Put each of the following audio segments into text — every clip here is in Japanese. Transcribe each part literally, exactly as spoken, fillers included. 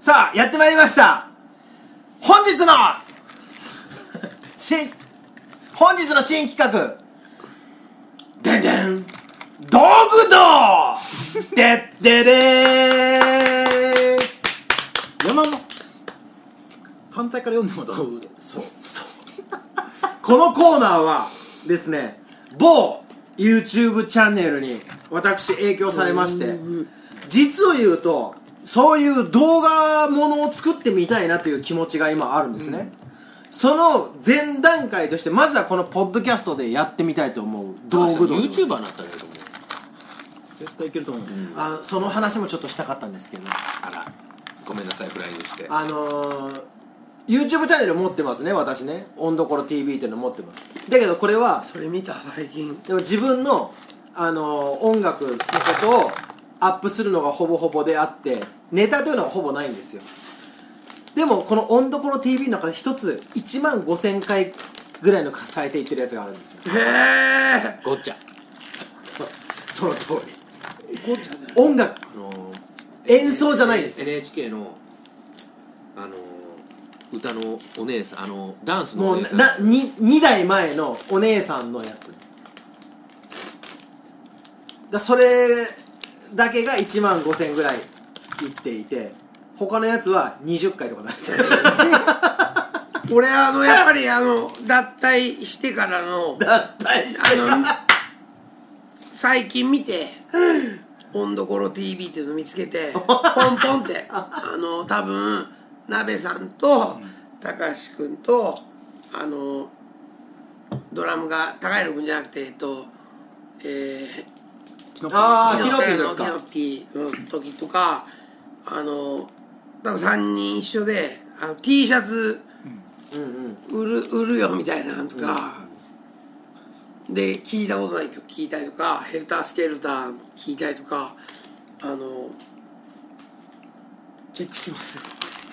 さあやってまいりました。本日の新本日の新企画、でんでん道具道でってでー。 山の反対から読んでも道具道。 そうそうこのコーナーはですね、某 YouTube チャンネルに私影響されまして、実を言うとそういう動画ものを作ってみたいなという気持ちが今あるんですね、うん、その前段階としてまずはこのポッドキャストでやってみたいと思う道具道。 YouTuber になったらいいと思う。 絶対いけると思う、うん、 あその話もちょっとしたかったんですけど、 あらごめんなさいフライングして。 あのー、YouTube チャンネル持ってますね、私ね。オンドコロ ティーブイ っていうの持ってます。だけどこれはそれ見た最近。 でも自分の、あのー、音楽のことをアップするのがほぼほぼであって、ネタというのはほぼないんですよ。でもこのオンドコロ ティーブイ の中で一ついちまんごせんかいぐらいの再生いってるやつがあるんですよ。 へえ。 ゴッチャ。 そ, その通り。ゴッチャね。音楽、あのー、演奏じゃないですよ。 エヌエイチケー のあのー、歌のお姉さん、あのー、ダンスのお姉さん、 もうな 2, にだいまえのお姉さんのやつだ。それだけがいちまんごせんぐらいいっていて、他のやつはにじゅっかいとかなんですよ俺あのやっぱりあの脱退してからの脱退してからの最近見てオンドコロ ティーブイ っていうのを見つけてポンポンってあの多分鍋さんと高橋君とあのドラムが高弘君じゃなくてえっとえーああキノピーのキノピーの時とかあの多分さんにん一緒であの T シャツ売る、売るよみたいなのとか、うん、で聞いたことない曲聞いたりとかヘルタースケルター聞いたりとかあのチェックしてますよ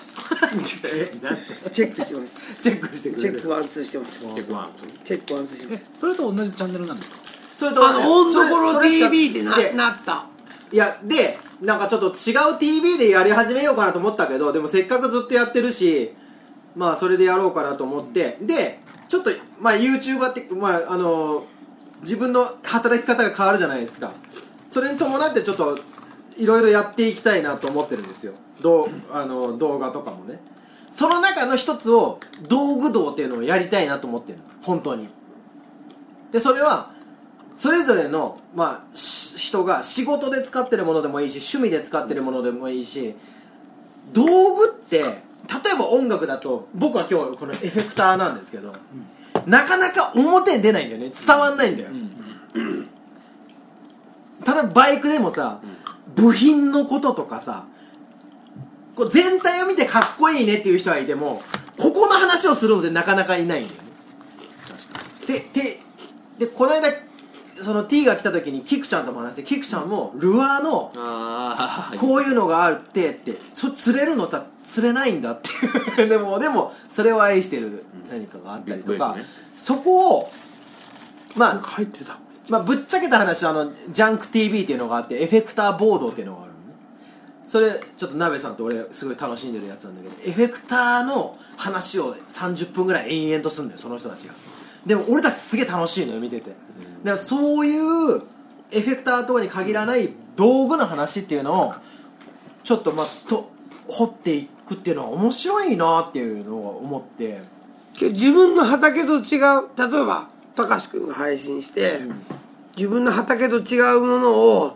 チェックしてますチェックしてくれる。 チェックワンツーしてますよ。 チェックワンチェックワンツーしてます。 それと同じチャンネルなんですか？ それとあのオンドコロ ティーブイ って な, でなったいやでなんかちょっと違う ティーブイ でやり始めようかなと思ったけど、でもせっかくずっとやってるし、まあそれでやろうかなと思って、でちょっとまあ YouTuber ってまああの自分の働き方が変わるじゃないですか。それに伴ってちょっといろいろやっていきたいなと思ってるんですよ。どうあの動画とかもね。その中の一つを道具道っていうのをやりたいなと思ってるの、本当に。でそれはそれぞれの、まあ、人が仕事で使ってるものでもいいし、趣味で使ってるものでもいいし、道具って例えば音楽だと僕は今日このエフェクターなんですけど、うん、なかなか表に出ないんだよね。伝わんないんだよ、うんうん、例えばバイクでもさ、うん、部品のこととかさ、こう全体を見てかっこいいねっていう人はいても、ここの話をするのでなかなかいないんだよね。でででこの間その T が来た時にキクちゃんとも話して、キクちゃんもルアーのこういうのがあるってってそ釣れるのと釣れないんだってでもでもそれを愛してる何かがあったりとか、ね、そこをまあ入ってた、 まあ、ぶっちゃけた話、あのジャンク ティーブイ っていうのがあって、エフェクターボードっていうのがあるのね。それちょっと鍋さんと俺すごい楽しんでるやつなんだけど、エフェクターの話をさんじゅっぷんぐらい延々とするんだよ、その人たちが。でも俺たちすげえ楽しいのよ見てて。だからそういうエフェクターとかに限らない道具の話っていうのをちょっとまあと掘っていくっていうのは面白いなっていうのを思って。 自分の畑と違う、例えば高橋君が配信して、うん、自分の畑と違うものを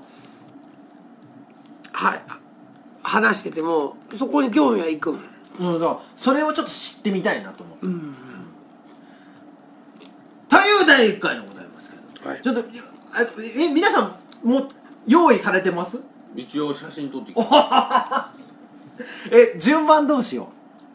は話しててもそこに興味はいくん、 うん、だからそれをちょっと知ってみたいなと思って、うんうん、というだいいっかいのございますけど、はい、ちょっとえ皆さんも用意されてます？ 一応写真撮ってきたえ順番どうしよ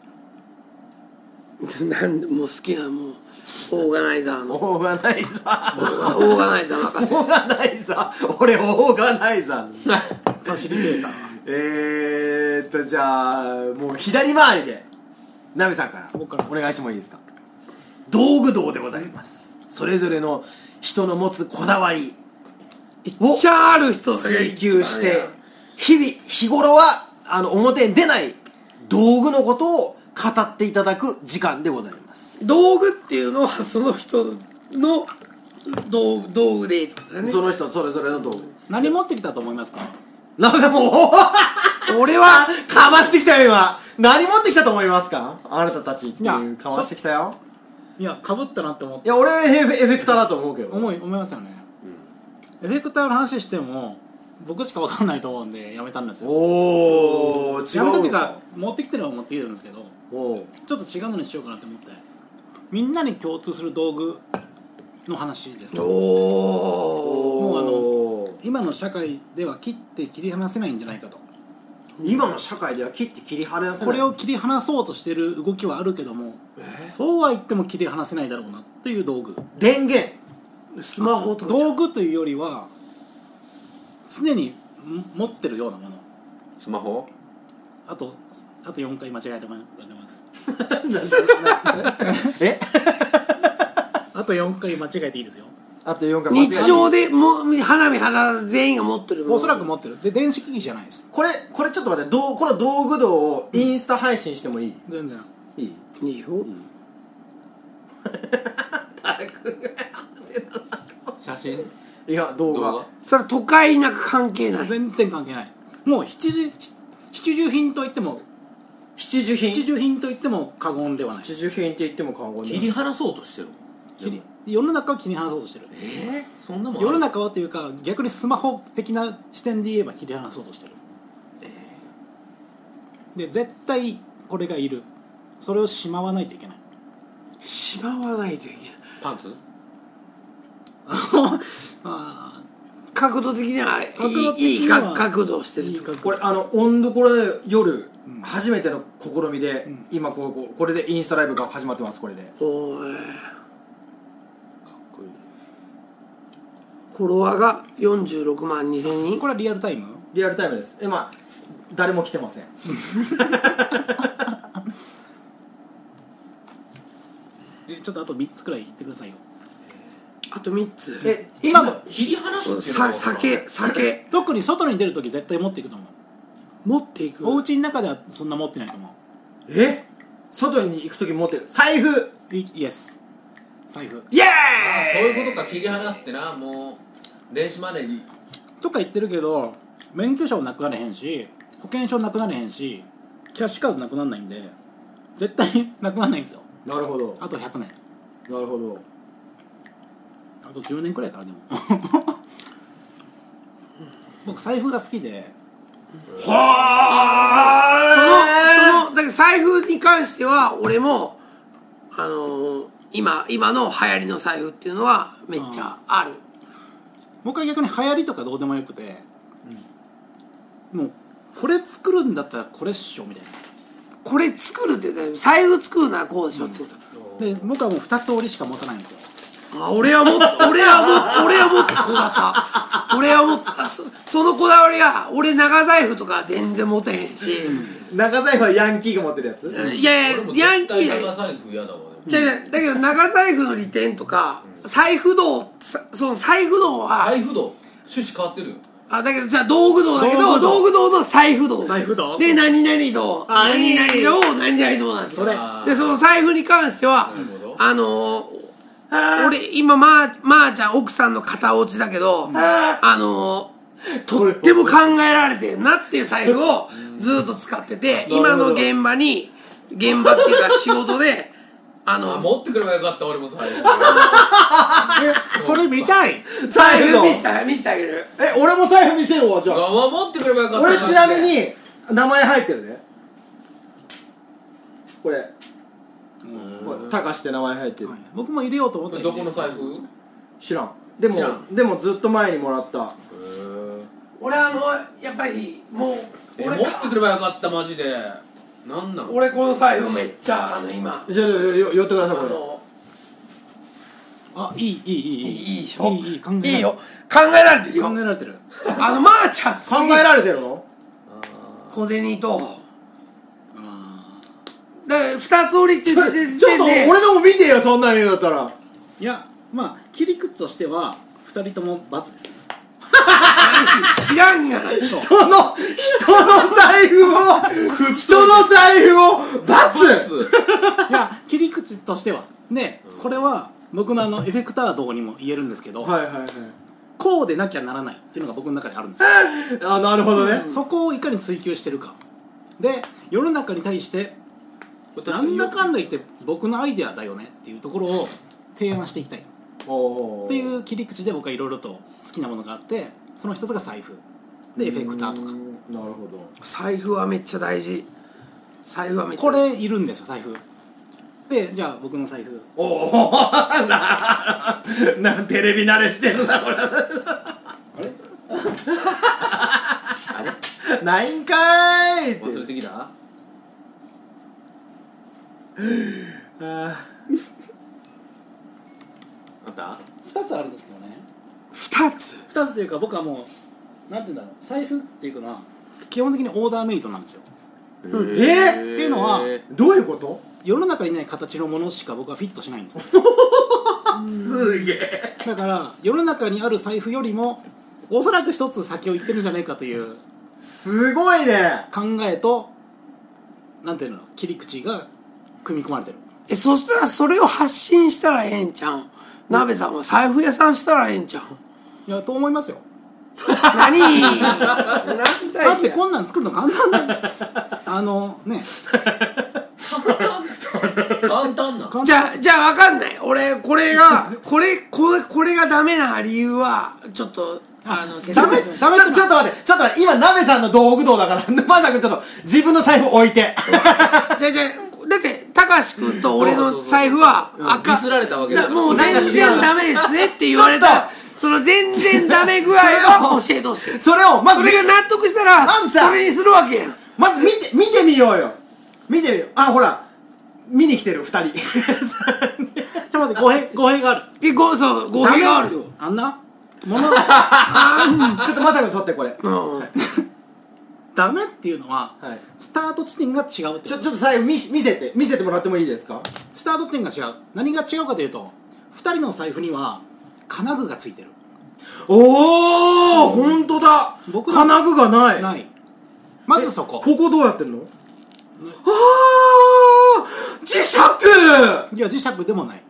うなんもう好きなもうオーガナイザーのオーガナイザーオーガナイザー任せオーガナイザー俺オーガナイザーファシリテーターえーっとじゃあもう左回りでナミさんから僕からお願いしてもいいですか？道具道でございます。それぞれの人の持つこだわりをちゃある人追求して、日々日頃はあの表に出ない道具のことを語っていただく時間でございます。 道具っていうのはその人の道具道具でいいってことだね。 その人それぞれの道具。 何持ってきたと思いますか？ なんでもう俺はかましてきたよ今。何持ってきたと思いますかあなたたちっていうかましてきたよ。 いやかぶったなって思って。 いや俺エフェエフェクターだと思うけど。 思い思いますよね、うん、エフェクターの話しても僕しか分かんないと思うんでやめたんですよ。 おお、違う。 やめたっていうか持ってきてるのは持ってきてるんですけど、 おちょっと違うのにしようかなと思って、みんなに共通する道具の話です。 おもうあのお今の社会では切って切り離せないんじゃないかと。 今の社会では切って切り離せない。 これを切り離そうとしてる動きはあるけども、そうは言っても切り離せないだろうなっていう道具。 電源、 スマホとか道具というよりは常に持ってるようなもの。 スマホあとあとよんかい間違えてますえあとよんかい間違えていいですよ。 あとよんかい間違えて日常でもう花火花全員が持ってるもの。 おそらく持ってる。で電子機器じゃないです。 これこれちょっと待って、どうこの道具道をインスタ配信してもいい？ 全然いい？ いいよ。 写真いや動画。 動画それは都会なく関係ない。 全然関係ない。もう必需必需品と言っても必需品必需品と言っても過言ではない。 必需品って言っても過言ではない。 切り離そうとしてる切り世の中は切り離そうとしてる。 えー、そんなもんある世の中はというか逆にスマホ的な視点で言えば切り離そうとしてる、で絶対これがいる。それをしまわないといけない。 しまわないといけない。 パンツあ角度的には角度的いいいいには角度をしてるいい角度。 これあの温度これ夜、 うん初めての試みで、 うん今こうこうこれでインスタライブが始まってます。これでおーいかっこいい。 フォロワーがよんじゅうろくまんにせんにん。 これはリアルタイム。 リアルタイムです。えまあ誰も来てません。 えちょっとあとみっつくらい言ってくださいよ。 あとみっつ。 え今も切り離すっていうのはさ酒酒特に外に出るとき絶対持っていくと思う。 持っていく。 お家の中ではそんな持ってないと思え外に行く時持ってる財布。 う。イイエス財布イエああそういうことか。切り離すってな、もう電子マネーにとか言ってるけど免許証なくなれへんし保険証なくなれへんしキャッシュカードなくならないんで絶対なくならないんですよ。 ーイ。なるほどあとひゃくねん、 なるほど。 あとじゅうねんくらいからでも僕財布が好きで、 そのそのだけど財布に関しては俺もあのー、今今の流行りの財布っていうのはめっちゃある。 僕は逆に流行りとかどうでもよくて、うん、もうこれ作るんだったらこれっしょみたいな。 これ作るってね、財布作るならこうでしょってこと、 で僕はもうふたつ折りしか持たないんですよ。 あ俺はもっ俺はも俺はもっと小型。俺はもっとそそのこだわりは俺長財布とか全然持てへんし、 長財布はヤンキーが持ってるやつ。 いやい俺もやヤン絶キーだ対長財布嫌だわね。 じゃだけど長財布の利点とか、財布道さその財布道は財布道趣旨変わってるよ。 あだけどじゃあ道具道だけど道具道の財布道財布道で何々道あ何々道何々道なんですよ。 それでその財布に関してはなるほどあのー俺今まー、まーちゃん奥さんの片落ちだけどあのーとっても考えられてるなっていう財布をずっと使ってて今の現場に現場っていうか仕事であのあ持ってくればよかった。俺も財布えそれ見たい。 財布財布見せて見せてあげる。 え俺も財布見せよわじゃあ。 側持ってくればよかった。 俺ちなみに名前入ってるね。これこれタカシって名前入ってる。 僕も入れようと思ったどこの財布？ 知らん。でも知らんでもずっと前にもらった。 俺あのやっぱりもう俺え持ってくればよかったマジで。なんなの？ 俺この財布めっちゃあの今じゃあよ寄ってくださいこれ。 あのあいいいいいいいいいいでしょいいいい考えられるいいよ考えられてるよ考えられてる。 あのまーちゃん考えられてるの？ 小銭とあだから二つ折りってちょ言ってちょっと俺のも見てよそんなん言うんだったら。 いやまあ切り口としてはふたりとも×ですね。 あ知らんが人の人の財布を人の財布を罰いや切り口としてはでこれは僕のあのエフェクター道にも言えるんですけど、 はいはいはいこうでなきゃならないっていうのが僕の中にあるんですよあなるほどねそこをいかに追求してるかで世の中に対してなんだかんだ言って僕のアイデアだよねっていうところを提案していきたいっていう切り口で僕はいろいろと好きなものがあってその一つが財布でエフェクターとかなるほど財布はめっちゃ大事財布はめっちゃこれいるんですよ財布でじゃあ僕の財布おおななんテレビ慣れしてるなこれあれあれないんかーいって忘れてきたああったふたつあるんですけどねふたつふたつというか僕はもうなんて言うんだろう財布っていうのは基本的にオーダーメイドなんですよえーっていうのはどういうこと世の中にない形のものしか僕はフィットしないんですよすげえだから世の中にある財布よりもおそらく一つ先を行ってるんじゃないかというすごいね考えとなんていうの切り口が組み込まれてるえそしたらそれを発信したらええんちゃうん鍋さんは財布屋さんしたらええんちゃうんいやと思いますよ何何だだってこんなん作るの簡単だよあのね簡単な簡単じゃあじゃあ分かんない俺これがこれこれこれがダメな理由はちょっとあのダメ説明しダメちょちょっと待ってちょっと待って今鍋さんの道具道だからまさくんちょっと自分の財布置いてじゃあじゃあだって高橋君と俺の財布は赤ディスられたわけだからもう全なんか違う然ダメですねって言われたちょっらその全然ダメ具合を教えてほしいそれをまずそれが納得したらまずさそれにするわけやんまず見て見てみようよ見てみようあほら見に来てるふたりちょっと待って語弊語弊があるえごそう語弊があるよあんなものちょっとまさくん取ってこれうんダメっていうのははいスタート地点が違うってちょちょっと財布見見せて見せてもらってもいいですかスタート地点が違う何が違うかというとふたりの財布には金具がついてるおお本当だ僕の金具がないないまずそこここどうやってんのあー磁石いや磁石でもない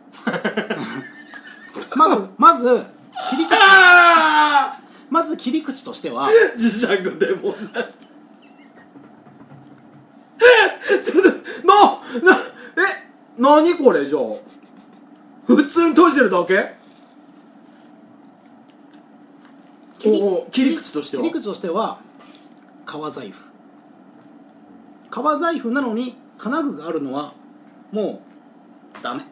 まずまず切り口あまず切り口としてはー磁石でもないちょっとななえ何これじゃあ普通に閉じてるだけ切りおお切り口としては切り口としては革財布革財布なのに金具があるのはもうダメ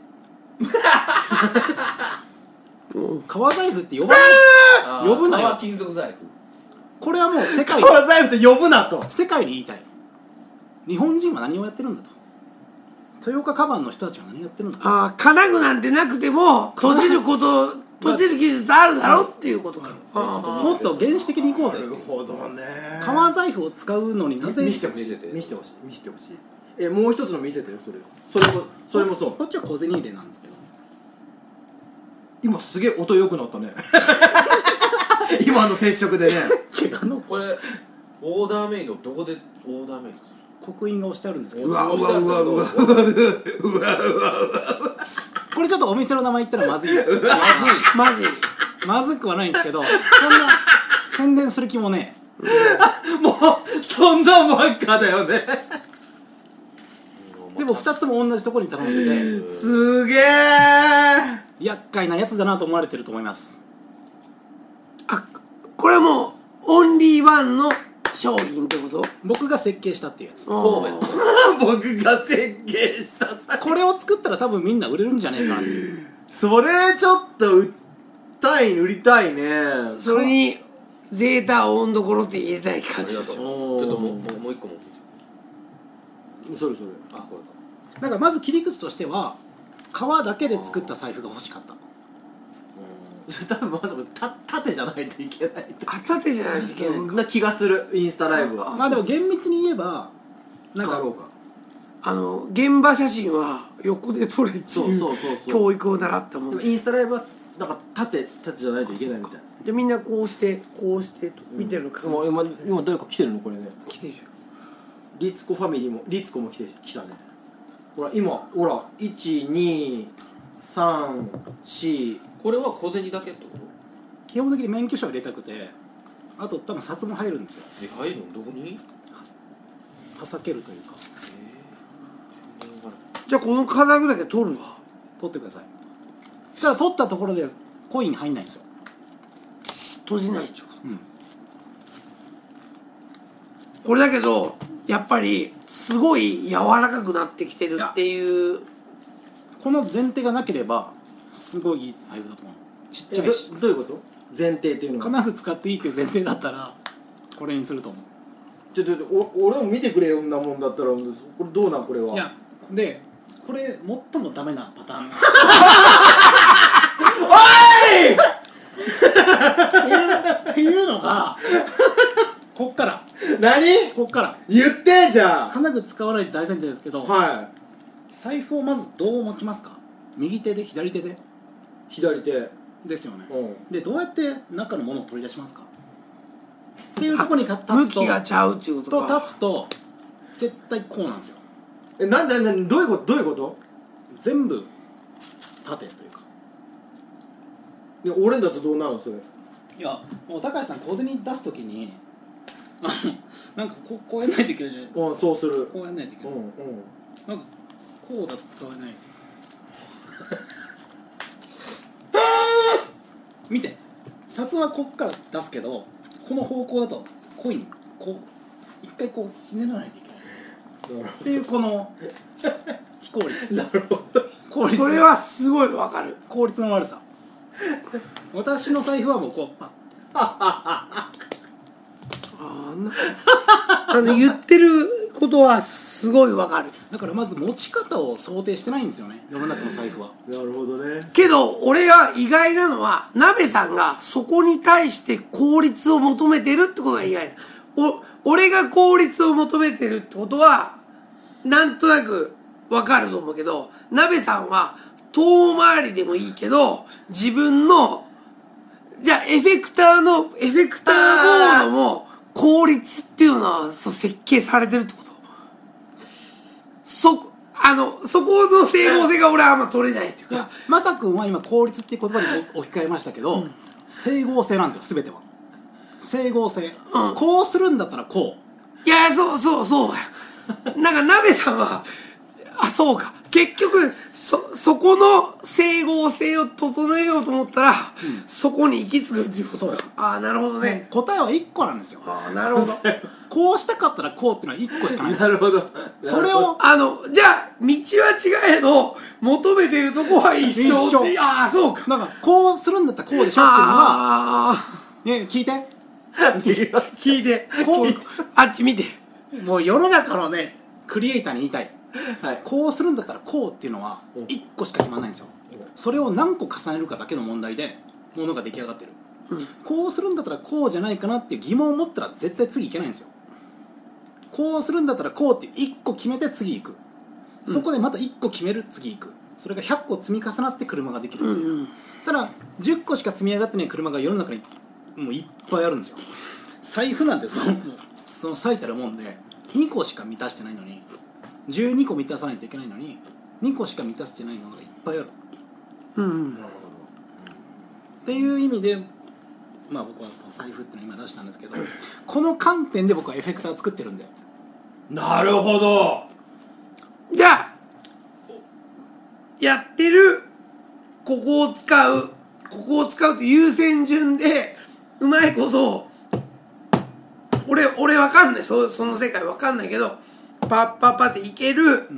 革財布って呼ばないあー呼ぶなよ革金属財布これはもう世界革財布って呼ぶなと世界に言いたい日本人は何をやってるんだと豊岡カバンの人たちは何をやってるんだとああ金具なんてなくても閉じること閉じる技術あるだろっていうことかあもっと原始的にいこうぜなるほどね革財布を使うのになぜ見せてほしい見せて見せてほしい見せてほしいえもう一つの見せてよそれそれもそれもそうこっちは小銭入れなんですけど今すげえ音良くなったね今の接触でね怪我のこれオーダーメイドどこでオーダーメイド刻印が押してあるんですけどうわうわうわうわうわうわうわうわこれちょっとお店の名前言ったらまずいマジまずくはないんですけどそんな宣伝する気もねもうそんなんばっかだよねでもふたつとも同じところに頼んでてすげえ厄介なやつだなと思われてると思いますあこれはもうオンリーワンの商品ってこと僕が設計したっていうやつ神戸の僕が設計したさこれを作ったら多分みんな売れるんじゃねえかなっていうそれちょっと売ったい売りたいねそれにゼータ温度ころって入れたい感じだとありがとうちょっともうもうもう一個もそれそれあこれかだからまず切り口としては革だけで作った財布が欲しかったそれ多分まずた縦じゃないといけないあ縦じゃないといけないそんな気がするインスタライブはまあでも厳密に言えばなんかかろうかあの現場写真は横で撮れっていうそうそうそうそう教育を習ったもんでもインスタライブはなんか縦縦じゃないといけないみたいな。 でみんなこうしてこうしてと見てる感じ、 うん、今今誰か来てるのこれね。 来てるよ。 リツコファミリーもリツコも来て来たね。ほら今ほらいちにさんよんこれは小銭だけってこと？ 基本的に免許証入れたくて、あと多分札も入るんですよ。 え入るのどこに？ はさけるというか。 じゃあこの金具だけ取るわ。 取ってください。ただ取ったところでコイン入んないんですよ。 閉じないでしょ。 うん。 これだけどやっぱりすごい柔らかくなってきてるっていう。 この前提がなければすごいいい財布だと思う。ちっちゃいし。 どどういうこと？前提っていうのは金具使っていいっていう前提だったらこれにすると思う。 ちょっとお俺も見てくれよんなもんだったらこれどうなんこれは。 いやでこれ最もダメなパターンおいっていうのがこっから何こっから言ってじゃあ。 金具使わない大前提ですけど、 は財布をまずどう持ちますか？右手で左手でい左手。 ですよね。 うんでどうやって中のものを取り出しますかっていうところに立つと向きがちゃうっていうこととか。 立つと絶対こうなんですよ。 えなんでなんでどういうことどういうこと？ 全部縦というか。 いや俺だとどうなるのそれ。 いやもう高橋さん小銭出すときにあのなんかこう、こうやんないといけないじゃないですか。 うんそうする。 こうやんないといけない、 うんうん。 なんかこうだと使わないですよ見て札はこっから出すけどこの方向だとコインこう一回こうひねらないといけないっていうこの非効率。 なるほど。 効率それはすごいわかる。 効率の悪さ。私の財布はもうこうパッあーなあの言ってることはすごいわかる。 だからまず持ち方を想定してないんですよね世の中の財布は。 なるほどね。 けど俺が意外なのは鍋さんがそこに対して効率を求めてるってことが意外だ。お俺が効率を求めてるってことはなんとなくわかると思うけど、鍋さんは遠回りでもいいけど自分のじゃあエフェクターのエフェクターボードも効率っていうのはそう設計されてるってこと。そあのそこの整合性が俺はあんま取れないっていうか。 いやまさくんは今効率っていう言葉に置き換えましたけど、うん、整合性なんですよ全ては。整合性、うん、こうするんだったらこう。いやそうそうそうなんか鍋さんはあそうか結局そそこの整合性を整えようと思ったら、うん、そこに行き着くっていうことか。ああなるほどね。 答えはいっこなんですよ。 ああなるほどこうしたかったらこうっていうのはいっこしかない。 なるほど。 それをあのじゃあ道は違えど求めてるとこは一緒って。 一緒。 ああそうか。 なんかこうするんだったらこうでしょっていうのがね聞いて聞いてこうあっち見て。 もう世の中のねクリエイターに言いたい、 はい、 こうするんだったらこうっていうのはいっこしか決まらないんですよ。それを何個重ねるかだけの問題でものが出来上がってる、うん、こうするんだったらこうじゃないかなっていう疑問を持ったら絶対次いけないんですよ。こうするんだったらこうっていっこ決めて次行く、うん、そこでまたいっこ決める次行く、それがひゃっこ積み重なって車ができるっていう、うんうん、ただじゅっこしか積み上がってない車が世の中にもういっぱいあるんですよ。財布なんてそのその最たるもんでにこしか満たしてないのにじゅうにこ満たさないといけないのににこしか満たしてないものがいっぱいある、 うん、なるほど。 っていう意味でまあ僕は財布っていうのを今出したんですけどこの観点で僕はエフェクター作ってるんで。 なるほど。 じゃあやってるここを使うここを使うと優先順でうまいこと俺俺わかんない そ, その世界わかんないけどパッパッパっていける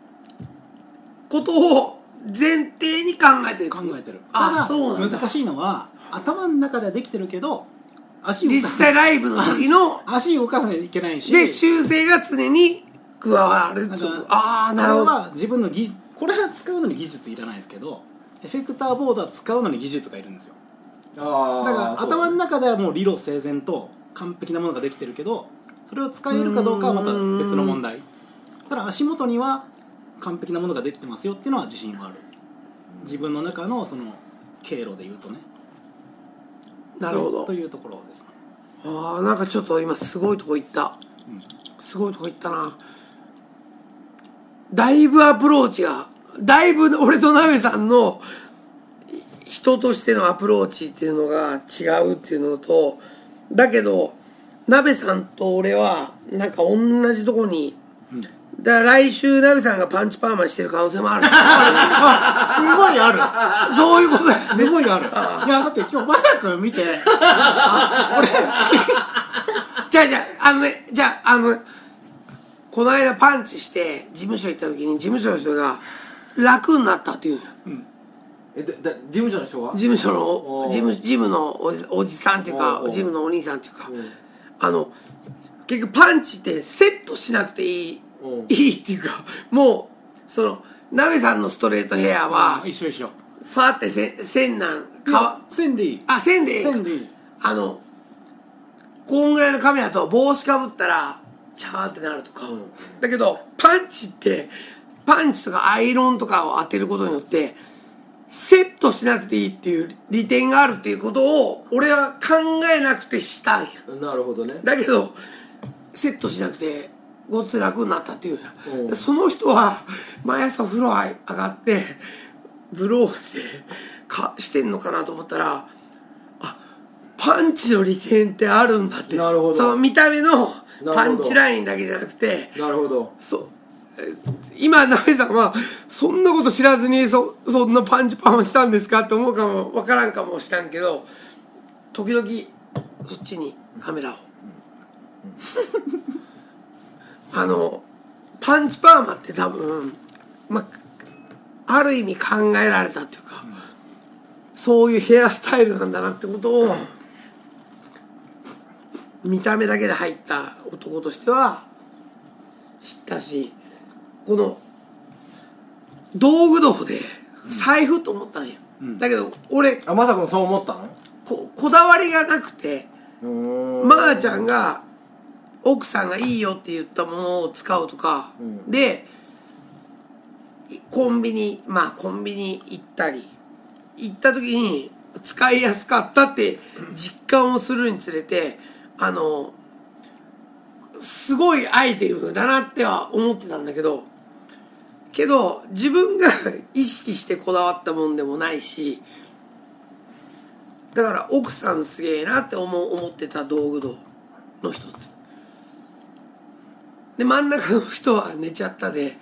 ことを前提に考えてる。 考えてる。 あ、そうなんだ。 難しいのは頭の中ではできてるけど足実際ライブの時の足動かさないといけないしで修正が常に加わる。ああなるほど。 これは自分の技これは使うのに技術いらないですけどエフェクターボードは使うのに技術がいるんですよ。 あだから頭の中ではもう理路整然と完璧なものができてるけどそれを使えるかどうかはまた別の問題。ただ足元には完璧なものができてますよっていうのは自信はある。自分の中のその経路で言うとね。 なるほど。 というところですね。 ああ、なんかちょっと今すごいとこ行った、 うん、 すごいとこ行ったな。だいぶアプローチがだいぶ俺となべさんの人としてのアプローチっていうのが違うっていうのと、だけどなべさんと俺はなんか同じとこに、うん、だから来週なべさんがパンチパーマしてる可能性もあるあ、すごいある。 そういうことです、 ね、すごいある。あいやだって今日まさくん見てあ俺じゃあじゃああのねじゃああのこの間パンチして事務所行った時に事務所の人が楽になったっていう、うん、 えだだ事務所の人が事務所の事務事務のおじ、おじさんっていうか事務のお兄さんっていうか、あの結局パンチってセットしなくていいいいっていうか、もうそのなべさんのストレートヘアは一緒一緒ファーってせ線なんか線でいいあ線でいい線でいいあのこんぐらいのカメラと帽子かぶったらチャーってなるとか、うん、だけどパンチってパンチとかアイロンとかを当てることによってセットしなくていいっていう利点があるっていうことを俺は考えなくてしたんや。 なるほどね。 だけどセットしなくてごっつ楽になったっていうや。その人は毎朝風呂上がってブローしてかしてんのかなと思ったら、あパンチの利点ってあるんだって。 なるほど。 その見た目のパンチラインだけじゃなくて、 なるほど。 そう今なべさんはそんなこと知らずに そ, そんなパンチパーマしたんですかって思うかも分からんかもしらんけど、時々そっちにカメラをあのパンチパーマって多分、まあ、ある意味考えられたっていうか、そういうヘアスタイルなんだなってことを見た目だけで入った男としては知ったし、この道具道で財布と思ったんや、うん、だけど俺あまさかもそう思ったのこ, こだわりがなくて、まーちゃんが奥さんがいいよって言ったものを使うとか、うん、でコンビニまあコンビニ行ったり行った時に使いやすかったって実感をするにつれて、あのすごいアイテムだなっては思ってたんだけどけど自分が意識してこだわったもんでもないし、だから奥さんすげえなって思う思ってた道具道の一つで、真ん中の人は寝ちゃったで。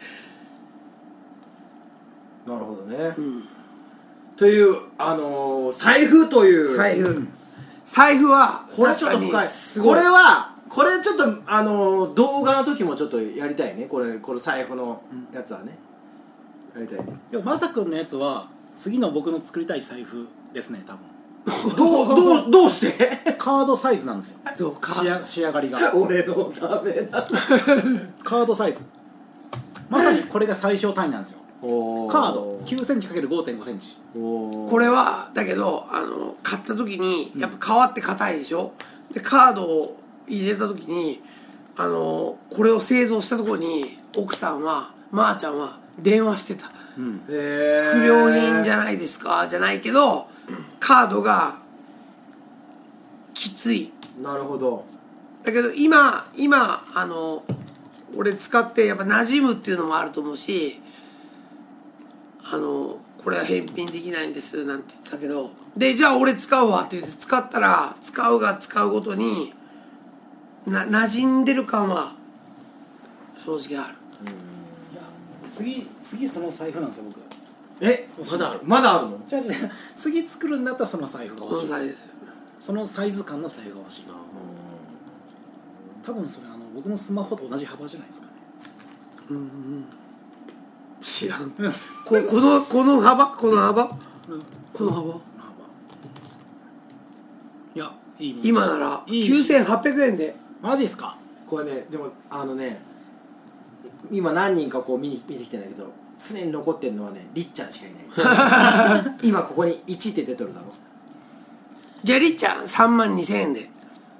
なるほどね、 うん、 というあのー、財布という財布財布はこれちょっと深い。これはこれちょっとあのー、動画の時もちょっとやりたいね。これこの財布のやつはね、うん、やりたいね。 でもまさくんのやつは次の僕の作りたい財布ですね多分。 どうどうどうしてカードサイズなんですよ。 どうか仕上、仕上がりが俺のためだカードサイズまさにこれが最小単位なんですよ。カード きゅうセンチかけるごてんごセンチ。 これはだけどあの買った時にやっぱ皮って硬いでしょ。でカードを入れた時にあのこれを製造したところに奥さんはまーちゃんは電話してた、うん、不良品じゃないですかじゃないけどカードがきつい。 なるほど。 だけど今今あの俺使ってやっぱ馴染むっていうのもあると思うし、あのこれは返品できないんですなんて言ってたけど、でじゃあ俺使うわって言って使ったら使うが使うごとにな馴染んでる感は正直ある。 うん、いや次次その財布なんですよ僕。 えまだあるまだあるの。 じゃあ次作るんだったらその財布が欲しい。 そのサイズそのサイズ感の財布が欲しいな。多分それあの僕のスマホと同じ幅じゃないですかね。 うんうん、知らんこ, このこの幅この幅、うん、この幅、その幅いやいい今ならきゅうせんはっぴゃくえんで。 マジっすか。 これねでもあのね今何人かこう見に見てきてんだけど常に残ってるのはねりっちゃんしかいない今ここにいちって出てるだろ。 じゃありっちゃんさんまんにせんえんで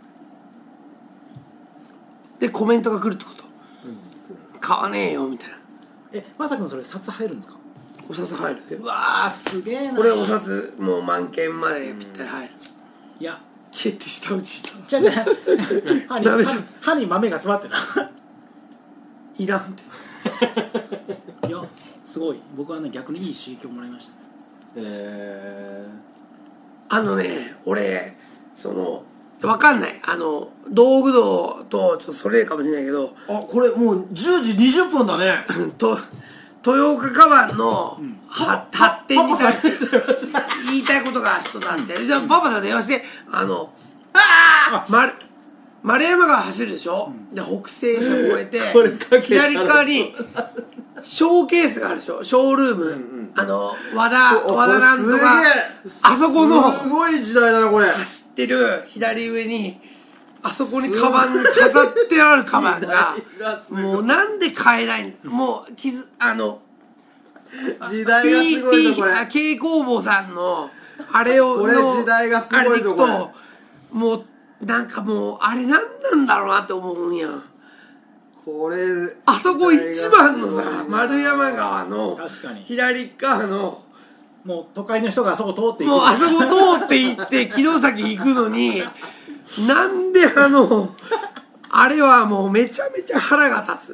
でコメントが来るってこと、うん、買わねえよみたいな。 えまさかのそれ札入るんですか。 お札入るで。 うわーすげえな。 これお札もう満券までぴったり入る。 いやチェって下打ちした。 じゃあじゃあ歯にダメ歯に歯に豆が詰まってるいらんって。 いやすごい、僕はね逆にいい刺激をもらいましたね。 えあのね、俺そのわかんない、あの道具道とちょっとそれかもしれないけど、 ー、あこれもうじゅうじにじゅっぷんだね。 と豊岡カバンの、うん、は発展に対して言いたいことが一つあって、じゃあパパさん電話して、あのああ丸丸山川走るでしょ、うん、で北西車越えて左側にショーケースがあるでしょ、ショールーム、うんうん、あの和田和田なんとかあそこのすごい時代だなこれ。 走ってる左上にあそこにカバン飾ってあるカバンがもうなんで買えないんだ、もう傷あの時代がすごいぞこれ。 K工房さんのあれをこれ時代がすごいぞこれ。 もうなんかもうあれなんなんだろうなって思うんや。 これあそこ一番のさ丸山川の左側のもう都会の人があそこ通っていく、 もうあそこ通って行って木戸崎行くのになんであのあれはもうめちゃめちゃ腹が立つ。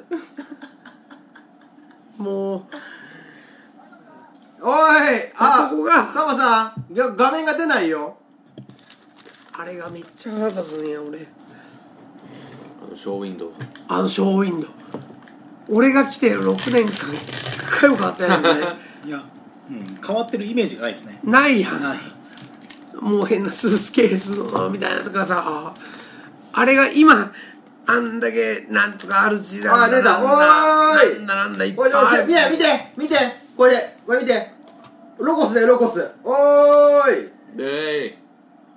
もうおいあそこがパパさん画面が出ないよ。 あれがめっちゃ腹立つんや俺。 あのショーウィンドウ、 あのショーウィンドウ俺が来てろくねんかん一回も変わってないんだね。 いや、うん、変わってるイメージがないですね。 ないやん。 ない。 もう変なスーツケースのみたいなとかさ、あれが今あんだけなんとかある時代あ出た。おーいなんだなんだいっぱおいいある。 見て見て見てこれこれ見てロコスだよロコス。おーいでー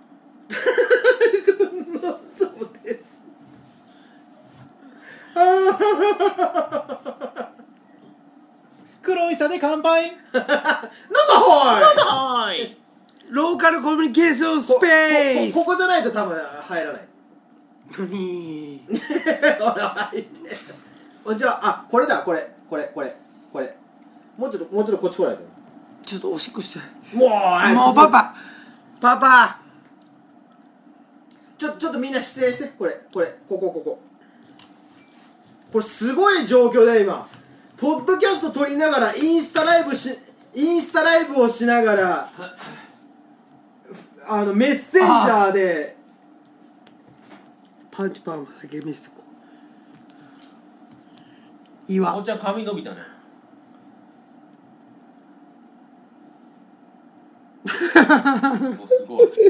そうです。 黒いさで乾杯。 なんだほはい。 ローカルコミュニケーションスペース。 ここここじゃないと多分入らない。 何ほら入って。じゃああこれだこれこれこれこれもうちょっともうちょっとこっち来ないと。 ちょっとおしっこしたい。 もうもうパパパパちょちょっとみんな出演してこれこれこここここれすごい状況だよ今。ポッドキャスト撮りながらインスタライブしインスタライブをしながらあのメッセンジャーでパンチパーマだけ見せてこう。岩おっちゃん髪伸びたね。もうすごい。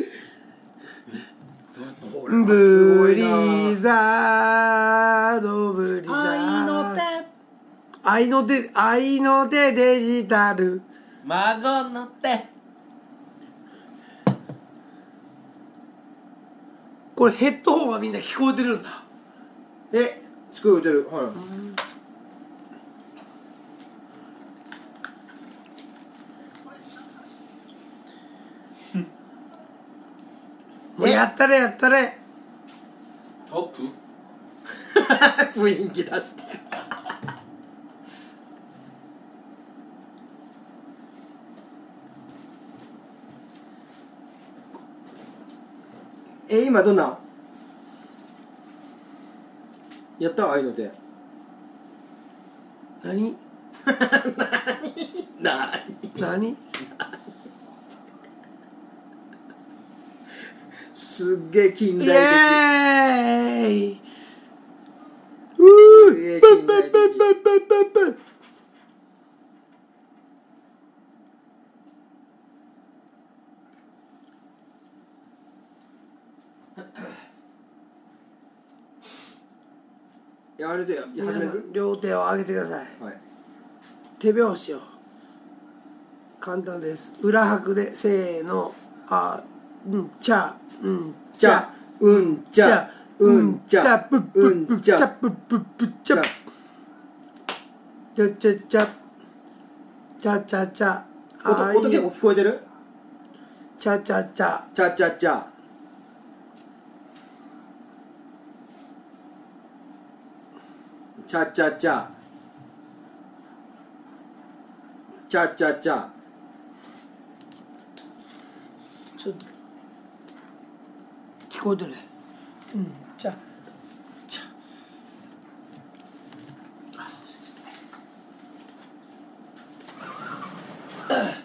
ブリザードブリザード愛の手愛の手デジタル孫の手。 これヘッドホンはみんな聞こえてるんだ。 え聞こえてる。はい。 もうやったれやったれ。 トップ雰囲気出してる。え今どんなやった愛の手。 何な何すっげえ近イ代エーイ的。うーすげえ近代的。やるでや始める。 両手を上げてください。 はい。 手拍子を。簡単です。裏拍でせーの。あうんちゃうんちゃうんちゃうんちゃぷっぷっぷっちゃぷっぷっぷっちゃちゃちゃちゃちゃちゃちゃ音音結構聞こえてる。 ちゃちゃちゃちゃちゃちゃちゃちゃちゃチャチャチャちょっと聞こえてるね。うんじゃあじゃあ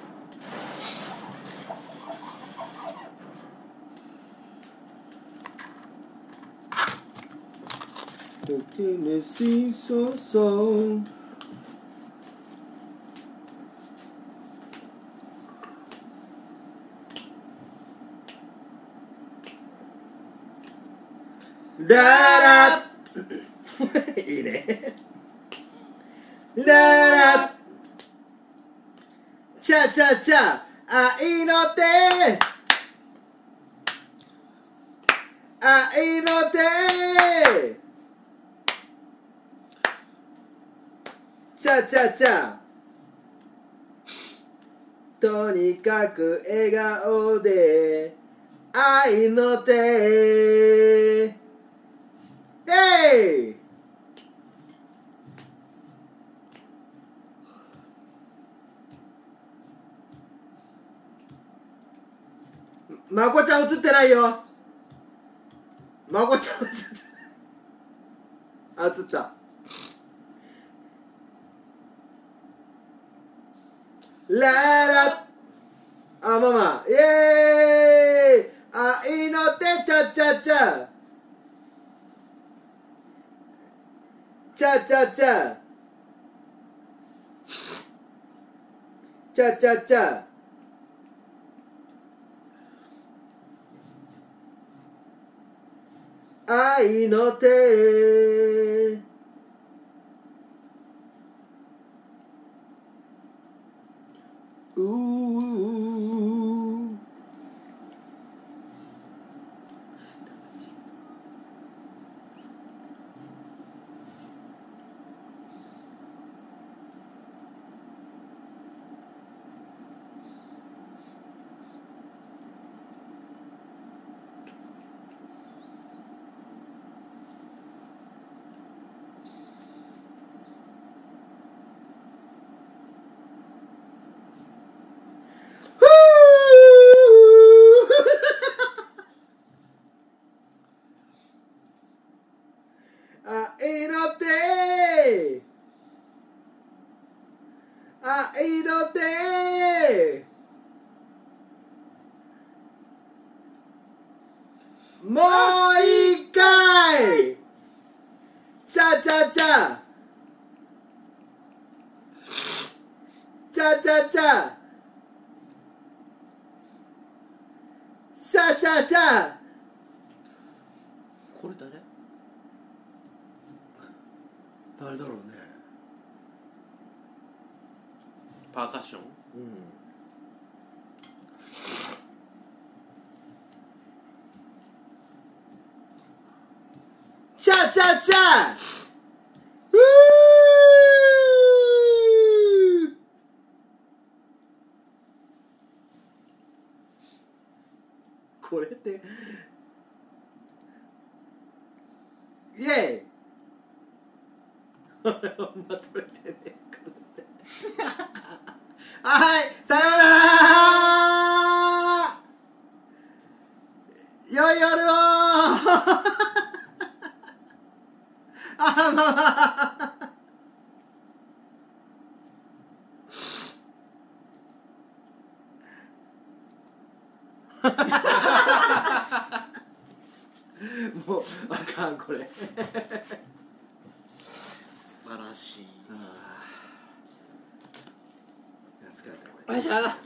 テネシーソソララいいねララチャチャチャ愛の手愛の手チャチャチャとにかく笑顔で愛の手えいまこちゃん映ってないよまこちゃん映ってあ映ったララあママイエーイ愛の手チャチャチャチャチャチャチャチャチャ愛の手うー愛の手愛の手もう一回チャチャチャチャチャチャシャシャチャこれ誰？ 誰だろうねパーカッション？ うんチャチャチャうーこれってイエイまとめてねはいさようなら良い夜をあまあもうあかんこれ素晴らしい。 疲れたこれあじゃあ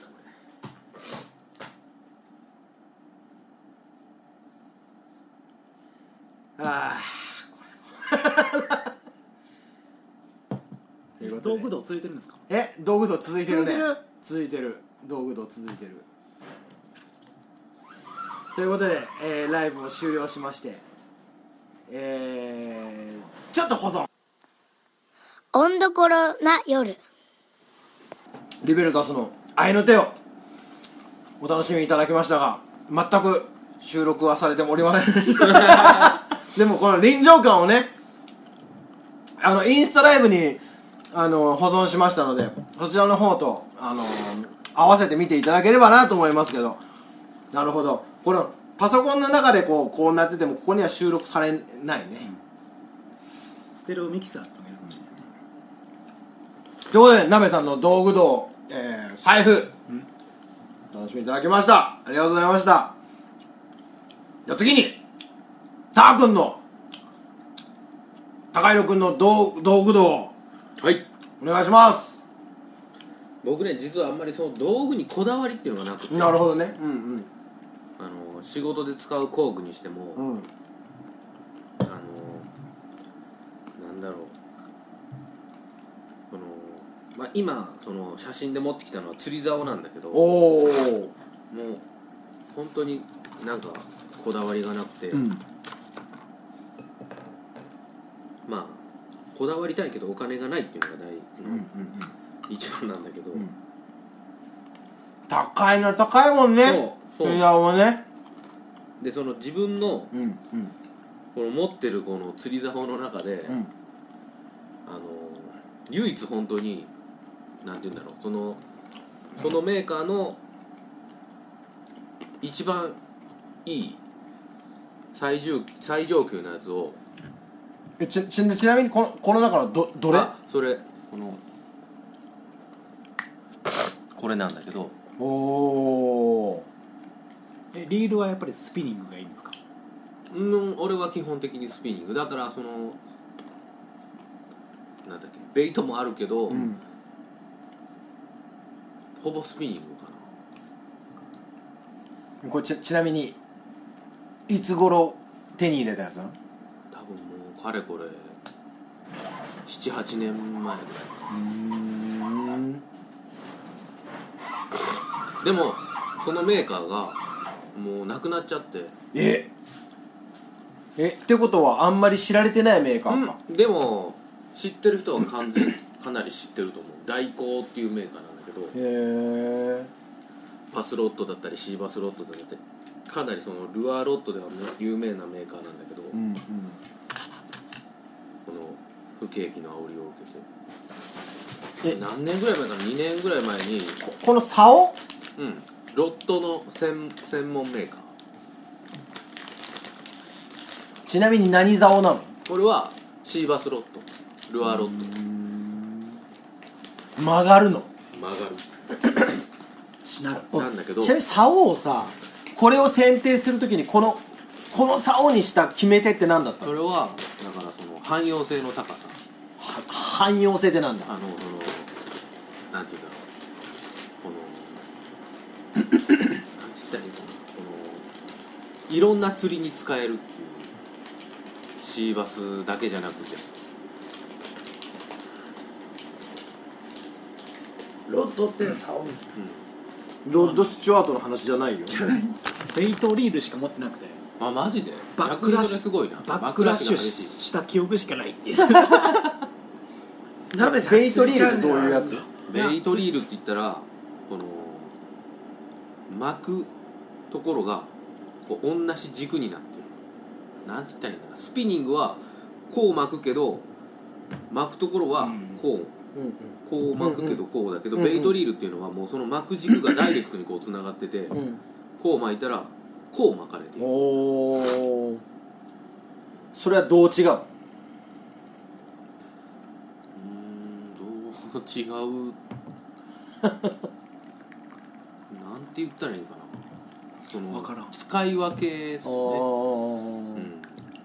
あということで道具道続いてるんですか？ え道具道続いてるね続いてる続いてる道具道続いてるということで、えー、ライブを終了しましてえー、ちょっと保存温どころな夜リベルタスの愛の手をお楽しみいただきましたが全く収録はされておりませんでもこの臨場感をねあのインスタライブにあの保存しましたので、そちらの方とあの合わせて見ていただければなと思いますけど。なるほど。このパソコンの中でこうこうなっててもここには収録されないね、うん、 ステレオミキサーとかやるかもしれないですね。 ということでなべさんの道具道、えー、財布、うん、楽しみいただきました。ありがとうございました。じゃあ次にさあくんの高弘くんの道道具道、 はい、 お願いします。 僕ね実はあんまりその道具にこだわりっていうのがなくて。 なるほどね。うんうん。 あの仕事で使う工具にしても、うん、あのなんだろう、この、まあ、今その写真で持ってきたのは釣り竿なんだけど、 おお、もう本当になんかこだわりがなくて、うん、まあこだわりたいけどお金がないっていうのが大、うんうんうん、一番なんだけど、うん、 高いな高いもんね。そうそう、いやもね。 でその自分の、 うんうん、 この持ってるこの釣り竿の中で、うん、あの唯一本当になんて言うんだろう、そのそのメーカーの一番いい最上最上級のやつをえ ち, ち, ちなみにこのこの中の ど, どれ？ あそれこのこれなんだけど。 おお。 えリールはやっぱりスピニングがいいんですか？ うん俺は基本的にスピニングだからそのなんだっけベイトもあるけど、うん、ほぼスピニングかな。これ ち, ちなみにいつ頃手に入れたやつなの？ 多分もうかれこれ ななはちねんまえぐらい。うーんでもそのメーカーがもうなくなっちゃって。 ええってことはあんまり知られてないメーカーか、 うん、でも知ってる人は完全かなり知ってると思う。大光っていうメーカーなんだけど、 へえ。 パスロットだったりシーバスロットだったりかなりそのルアーロットでは有名なメーカーなんだけど、うんうん、この不景気の煽りを受けてえ何年ぐらい前かなにねんぐらい前に こ, この竿うんロットの 専, 専門メーカー。 ちなみに何竿なの？ これはシーバスロットルアーロット。 曲がるの？ 曲がるなるなんだけど、 ちなみに竿をさこれを選定するときにこのこの竿にした決め手って何だったの？ それはだからその汎用性の高さ。 は汎用性ってなんだ？ あのそのなんていうんだろうこのなんて言ったらいいかな、このいろんな釣りに使えるっていうシーバスだけじゃなくてロッドって竿、うん、 ロッドスチュワートの話じゃないよ。 じゃないベイトリールしか持ってなくて。 あマジで？ バックラッシュすごいな。 バックラッシュした記憶しかないっていう鍋さんベイトリールってどういうやつ？ ベイトリールって言ったらこの巻くところがこう同じ軸になってる。なんて言ったらいいかな。スピニングはこう巻くけど巻くところはこう、うんうん、こう巻くけどこうだけど、うんうん、ベイトリールっていうのはもうその巻く軸がダイレクトにこうつながってて、うん、こう巻いたらこう巻かれている。 おーそれはどう違う？うーんどう違うなんて言ったらいいかな。その分からん使い分けですね、うん、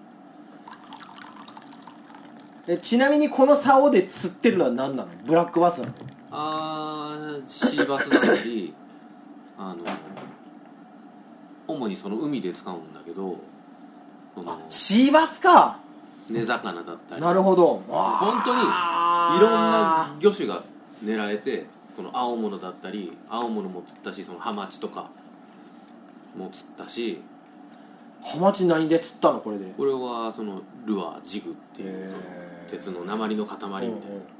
えちなみにこの竿で釣ってるのは何なの？ブラックバスなの？ あーシーバスだったりあの主にその海で使うんだけどそのシーバスか。 根魚だったりなるほど。 本当にいろんな魚種が狙えてこの青物だったり青物も釣ったしそのハマチとかも釣ったし。 ハマチ何で釣ったのこれで？ これはそのルアージグっていう鉄の鉛の塊みたいな、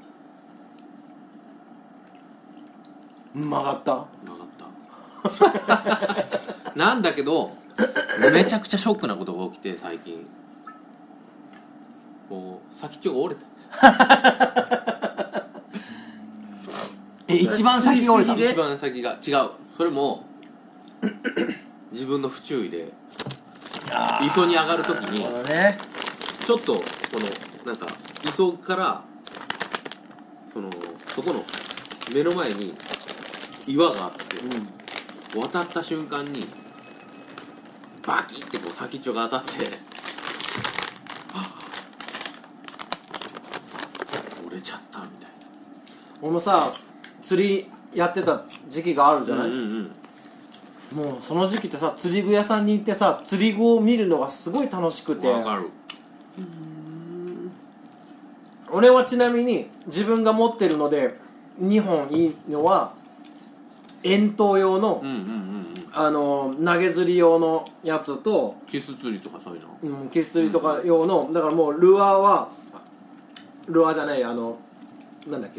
うんうん、曲がった曲がったなんだけどめちゃくちゃショックなことが起きて最近こう先っちょが折れたえ一番先折れたの？ 一番先が違う。それも自分の不注意で磯に上がるときにね、 ちょっとこのなんか磯からそのそこの目の前に岩があって、うん、渡った瞬間にバキってこう先っちょが当たって折れちゃったみたいな。 俺もさ釣りやってた時期があるじゃない、 うんうんうん、もうその時期ってさ釣り具屋さんに行ってさ釣り具を見るのがすごい楽しくて。 わかる。 俺はちなみに自分が持ってるのでにほんいいのは遠投用の、 うんうんうんうん、 あの投げ釣り用のやつとキス釣りとかそういうの、 うん、キス釣りとか用の、だからもうルアーはルアーじゃないあのなんだっけ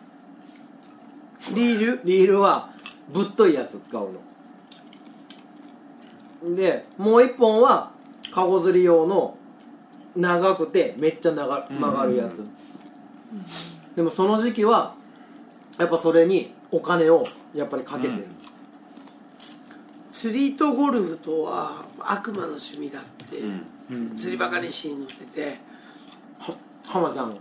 リールリールはぶっといやつ使うので、もう一本はカゴ釣り用の長くてめっちゃ長曲がるやつ、うんうんうん、でもその時期はやっぱそれにお金をやっぱりかけてる、うん、 釣りとゴルフとは悪魔の趣味だって、 うん、 釣りバカにしに乗ってては浜ちゃん、うん、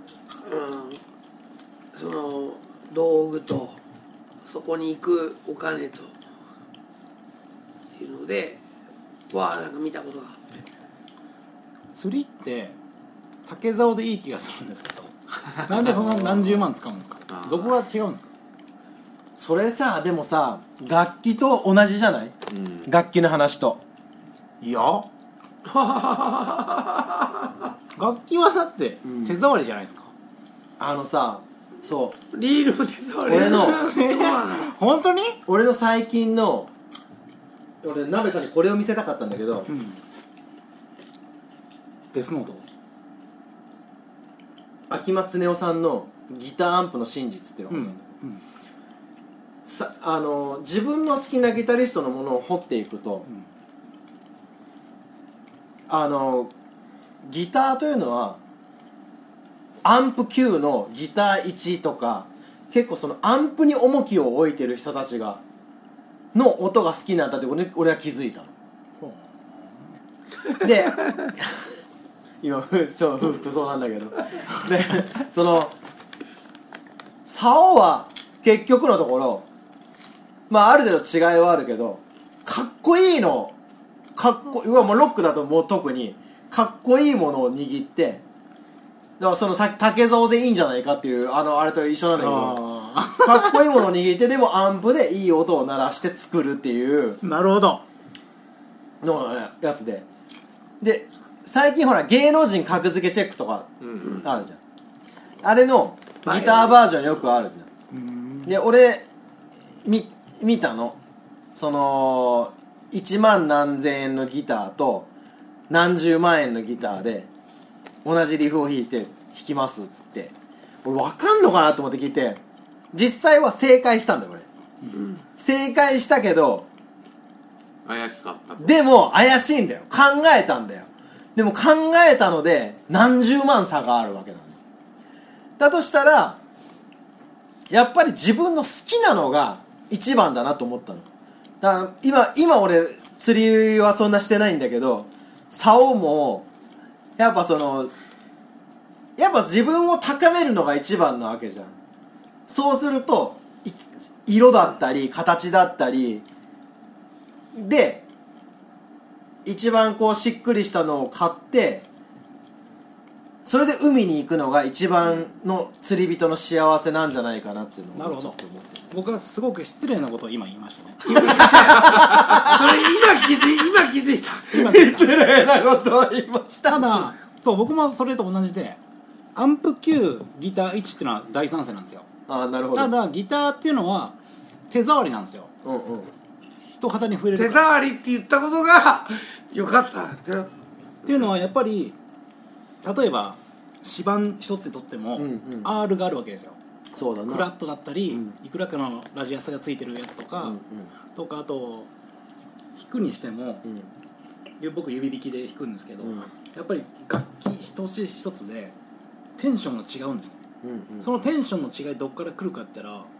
その道具とそこに行くお金とっていうのでわあなんか見たことがあって、 釣りって竹竿でいい気がするんですけどなんでそんな何十万使うんですか？どこが違うんですか？ それさでもさ楽器と同じじゃない、うん、楽器の話と。 いや楽器はだって手触りじゃないですか、 うん、あのさそうリールも手触り俺の本当に俺の最近の俺鍋さんにこれを見せたかったんだけど、うん、 デスノート秋松恒夫さんのギターアンプの真実っていうのがあるんだけど、うんうんさあの自分の好きなギタリストのものを掘っていくと、うん、あのギターというのはアンプきゅうのギターいちとか結構そのアンプに重きを置いてる人たちがの音が好きなんだって俺は気づいたので今超不服そうなんだけどでその竿は結局のところまあある程度違いはあるけどかっこいいのかっこいいもうロックだともう特にかっこいいものを握ってだからそのさ竹竿でいいんじゃないかっていうあのあれと一緒なんだけどかっこいいものを握ってでもアンプでいい音を鳴らして作るっていうなるほどのやつでで最近ほら芸能人格付けチェックとかあるじゃん、うん、あれのギターバージョンよくあるじゃん、うん、で俺み見たのそのいちまん何千円のギターと何十万円のギターで同じリフを弾いて弾きますっつって俺分かんのかなと思って聞いて実際は正解したんだよ俺、うん、正解したけど怪しかったでも怪しいんだよ考えたんだよでも考えたので何十万差があるわけなんだだとしたらやっぱり自分の好きなのが一番だなと思ったのだから今今俺釣りはそんなしてないんだけど竿もやっぱそのやっぱ自分を高めるのが一番なわけじゃんそうすると色だったり形だったりで一番こうしっくりしたのを買ってそれで海に行くのが一番の釣り人の幸せなんじゃないかなっていうのをちょっと思って。 僕はすごく失礼なことを今言いましたねそれ今気づい今気づいた今失礼なことを言いましたただそう僕もそれと同じでアンプきゅうギターいちっていうのは大賛成なんですよあなるほどただギターっていうのは手触りなんですよ、うんうん、人肌に触れる手触りって言ったことがよかったっていうのはやっぱり例えば指板一つでとっても、うんうん、アール があるわけですよそうだなフラットだったり、うん、いくらかのラジアスがついてるやつとか、うんうん、とかあと弾くにしても、うん、僕指弾きで弾くんですけど、うん、やっぱり楽器一つ一つでテンションが違うんですね、うんうん、そのテンションの違いどっから来るかって言ったら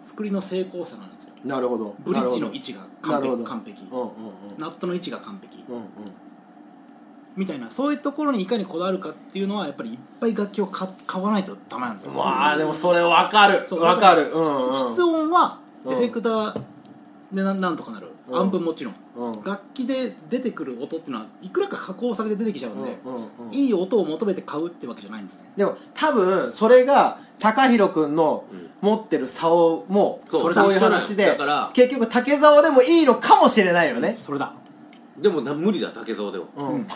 作りの精巧さなんですよ。 なるほど。 ブリッジの位置が完璧、 なるほど完璧、 うんうんうんナットの位置が完璧、 うんうんみたいな、そういうところにいかにこだわるかっていうのはやっぱりいっぱい楽器を買買わないとダメなんですよ。 まあでもそれ分かるそう分かる、 だらうんうん、 室音はうんエフェクターでなんなんとかなる、 うんアンプもちろん、 うん楽器で出てくる音っていうのはいくらか加工されて出てきちゃうんで、 うんうんうん、 いい音を求めて買うってわけじゃないんですね。 でも多分それが高弘君の持ってる竿もそうそういう話でだから結局竹竿でもいいのかもしれないよね。 それだ。 でもな無理だ竹竿では、 うんうん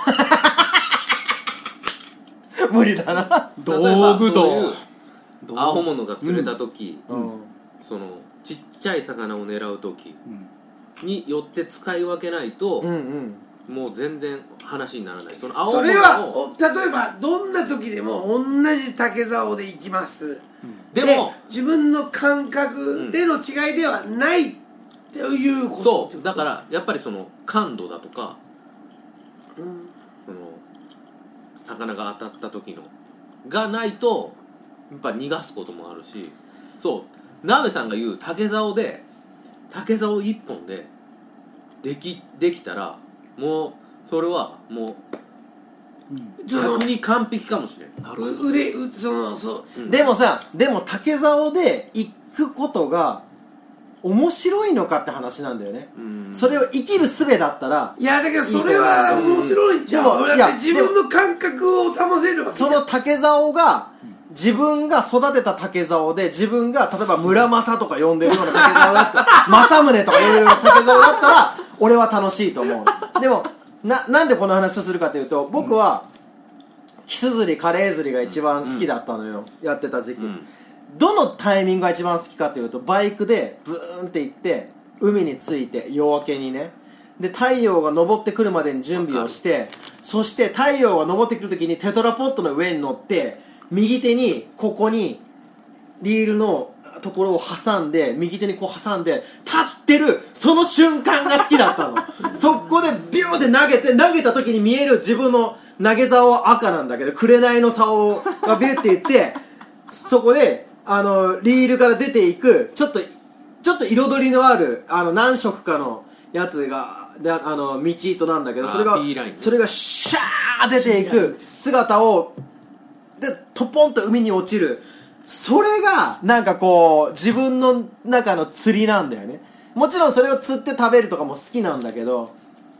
無理だな。 道例えば具そういう道青物が釣れた時、 うんそのちっちゃい魚を狙う時うんによって使い分けないと、 うんうんもう全然話にならない。その青そ物をれはお例えばどんな時でも同じ竹竿でいきます。 でも自分の感覚での違いではないっていうこと、 そうだからやっぱりその感度だとか、 うんその魚が当たった時のがないとやっぱ逃がすこともあるし、そう鍋さんが言う竹竿で竹竿一本でできできたらもうそれはもうその逆に完璧かもしれない。 なるほど。 う腕うそのそううんでもさでも竹竿で行くことが面白いのかって話なんだよね。 うんそれを生きる術だったらいやだけどそれは面白いんちゃう。 でもいやだって自分の感覚を保てるわけじゃん。 その竹竿が自分が育てた竹竿で自分が例えば村正とか呼んでるような竹竿だったら正宗とか呼んでるような竹竿だったら俺は楽しいと思う。でも な, なんでこの話をするかというと僕はキス釣りカレー釣りが一番好きだったのよ、やってた時期、 うんどのタイミングが一番好きかというとバイクでブーンって行って海に着いて夜明けにねで太陽が昇ってくるまでに準備をしてそして太陽が昇ってくるときにテトラポットの上に乗って右手にここにリールのところを挟んで右手にこう挟んで立ってるその瞬間が好きだったのそこでビューって投げて投げた時に見える自分の投げ竿は赤なんだけど紅の竿がビューっていってそこであのリールから出ていくちょっとちょっと彩りのあるあの何色かのやつがであの道糸なんだけどそれがあー P ラインねそれがシャー出ていく姿をでトポンと海に落ちるそれがなんかこう自分の中の釣りなんだよね。もちろんそれを釣って食べるとかも好きなんだけど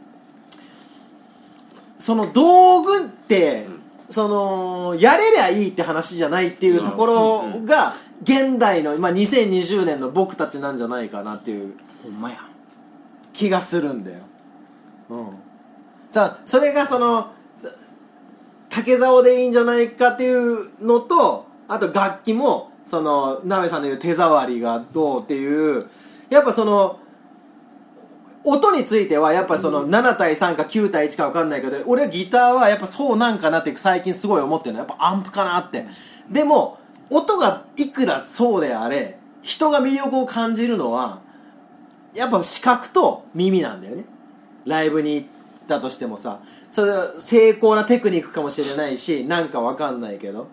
その道具って、うんそのやれりゃいいって話じゃないっていうところが現代の、まあ、にせんにじゅうねんの僕たちなんじゃないかなっていうほんまや気がするんだよ、うん、さあそれがその竹竿でいいんじゃないかっていうのとあと楽器もそのなべさんの言う手触りがどうっていうやっぱその音についてはやっぱそのななたいさんかきゅうたいいちか分かんないけど俺はギターはやっぱそうなんかなって最近すごい思ってるのやっぱアンプかなって。でも音がいくらそうであれ人が魅力を感じるのはやっぱ視覚と耳なんだよね。ライブに行ったとしてもさそれは精巧なテクニックかもしれないしなんか分かんないけど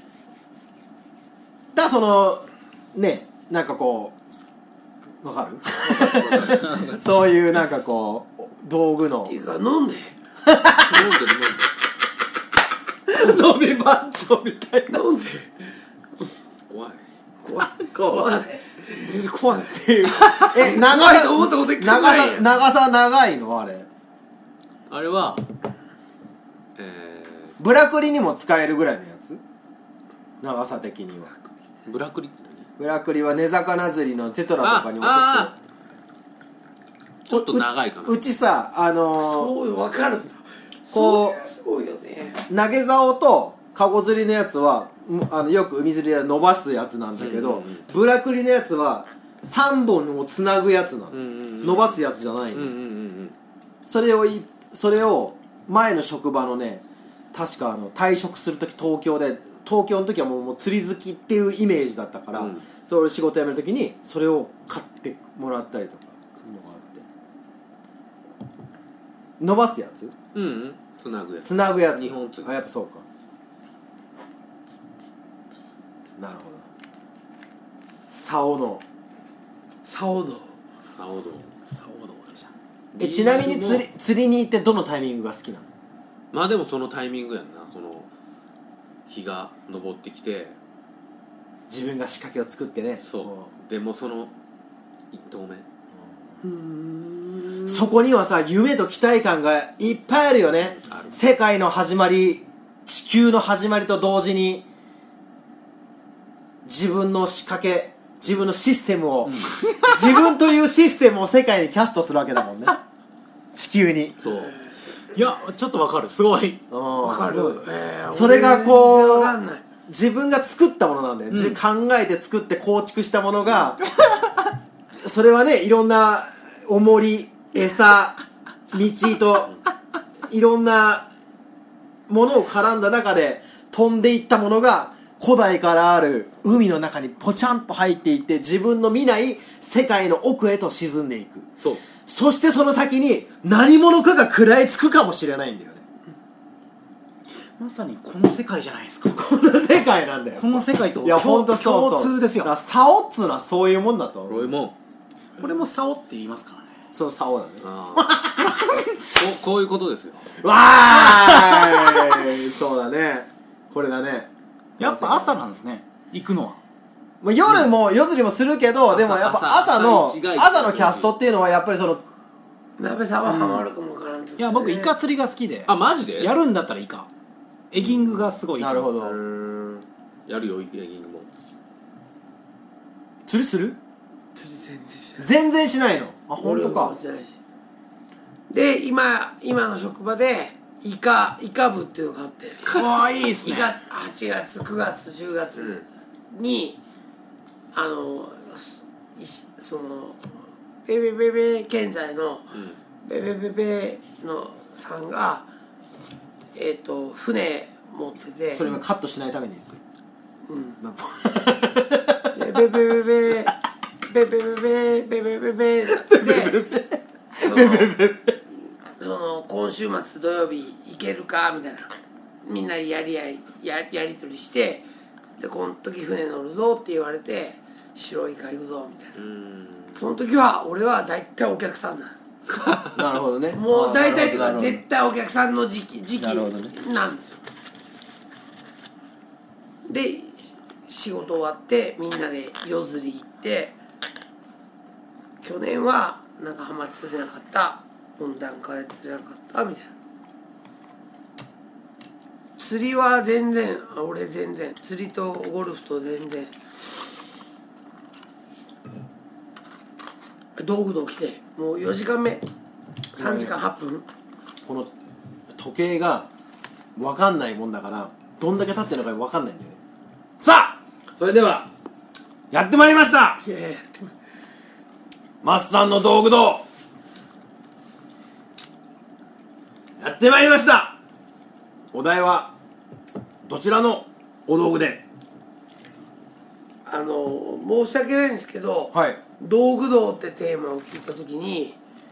だからそのねなんかこうわかるそういうなんかこう道具のっていうか飲んで飲んでる飲んでる飲み番長みたいな飲んで怖い怖い怖い怖いっていうえ長怖いとさ思ったこと一回長もないさ長さ長いのあれあれはえブラクリにも使えるぐらいのやつ長さ的にはー、ブラクリってブラクリは根魚釣りのテトラとかに落あとすちょっと長いかなうちさあのー、 そう分かるんだこうそれすごいよね投げ竿とカゴ釣りのやつはあのよく海釣りで伸ばすやつなんだけど、 うんうんうん、 ブラクリのやつはさんぼんをつなぐやつなの、 うんうんうん、 伸ばすやつじゃないの、 うんうんうんうん、 それをいそれを前の職場のね確かあの退職する時東京で東京の時はもう、もう釣り好きっていうイメージだったから、うん、それ仕事辞める時にそれを買ってもらったりとかいうのがあって伸ばすやつうんうんつなぐやつつなぐやつ日本釣りあやっぱそうかなるほど竿の竿道竿道竿道じゃん。 えちなみに釣り釣りに行ってどのタイミングが好きなの？ まあでもそのタイミングやんな、その日が昇ってきて、 自分が仕掛けを作ってね。 そうでもその一投目、 うーんそこにはさ夢と期待感がいっぱいあるよね。 ある世界の始まり、地球の始まりと同時に自分の仕掛け、自分のシステムを、うん、自分というシステムを世界にキャストするわけだもんね。地球に。 そういやちょっとわかる、すごいわかる、えー、 それがこうわかんない、 自分が作ったものなんだよ、うん、考えて作って構築したものがそれはね、いろんな重り、餌、道といろんなものを絡んだ中で飛んでいったものが古代からある海の中にポチャンと入っていって、自分の見ない世界の奥へと沈んでいく。 そうそしてその先に何者かが食らいつくかもしれないんだよね。 まさにこの世界じゃないですか。 この世界なんだよ。 この世界といや本当そうそう共通ですよ。 だから竿っつうのはそういうもんだと思う。 ロイモンこれも竿って言いますからね。 そう竿だね。 あこ, こういうことですよ。 わーいそうだね、これだね。 やっぱ朝なんですね、行くのは。 まあ、夜も夜釣りもするけど、でもやっぱ朝の朝朝のキャストっていうのはやっぱりその鍋さんはハマるかもわからん、ね、 いや僕イカ釣りが好きで、 あマジでやるんだったらイカエギングがすごい。 なるほど。 やるよエギングも。 釣りする？ 釣り全然しない。 全然しないの？あ本当か。 で今今の職場でイカイカ部っていうのがあって、 わあいいっすね。 イカはちがつくがつじゅうがつにあのそのベベベベ現在のベベベベのさんがえっと船持ってて、 それはカットしないために言ってる。 うん。ベベベベベベベベベベベベでその今週末土曜日行けるかみたいな、みんなでやり合い や, やり取りして、でこの時船乗るぞって言われて白イカ行くぞみたいな。うんその時は俺は大体お客さんなんなるほどね。 もう大体っていうか絶対お客さんの時期時期なんですよ。で仕事終わってみんなで夜釣り行って、去年はなんか浜釣れなかった、温暖化で釣れなかったみたいな。釣りは全然俺全然釣りとゴルフと全然道具道来てもうよじかんめさんじかんはっぷん、 この時計が分かんないもんだからどんだけ経ってるのか分かんないんだよね。さあそれではやってまいりました。 いやいやマスさんの道具道やってまいりました。お題はどちらのお道具で？ あの申し訳ないんですけど、 はい、 道具道ってテーマを聞いたときに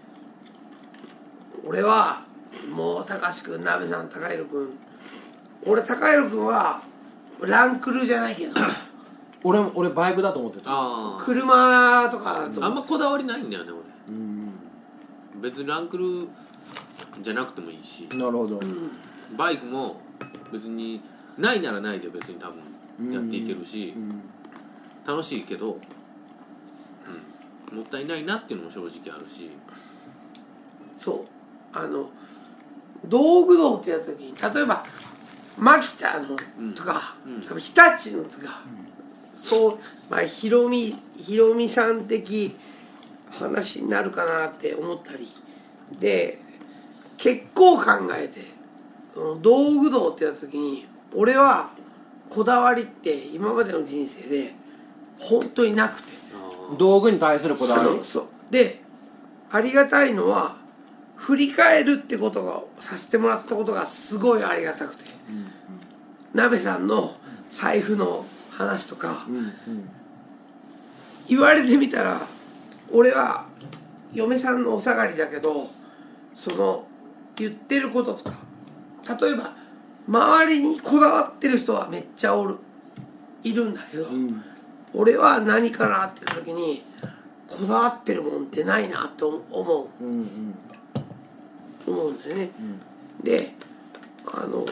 俺はもう高橋君、鍋さん、高弘君、俺高弘君はランクルじゃないけど俺俺バイクだと思ってた。 あ車とかとあんまこだわりないんだよね俺。うん別にランクルじゃなくてもいいし、 なるほど、うん、 バイクも別にないならないで別に多分やっていけるし、うんうん、楽しいけど、うん、もったいないなっていうのも正直あるし。 そうあの道具道ってやった時に例えばマキタのとか、うんうん、多分日立のとか、うん、そうまあヒロミヒロミさん的話になるかなって思ったりで、結構考えてその道具道ってやった時に俺はこだわりって今までの人生で本当になくて、 道具に対するこだわり。 そうでありがたいのは振り返るってことがさせてもらったことがすごいありがたくて、うんうん、鍋さんの財布の話とか、うんうん、言われてみたら俺は嫁さんのお下がりだけどその言ってることとか、例えば周りにこだわってる人はめっちゃおるいるんだけど、うん、俺は何かなって時にこだわってるもんってないなって思う、 うんうん、 思うんだよね、 うん、 であの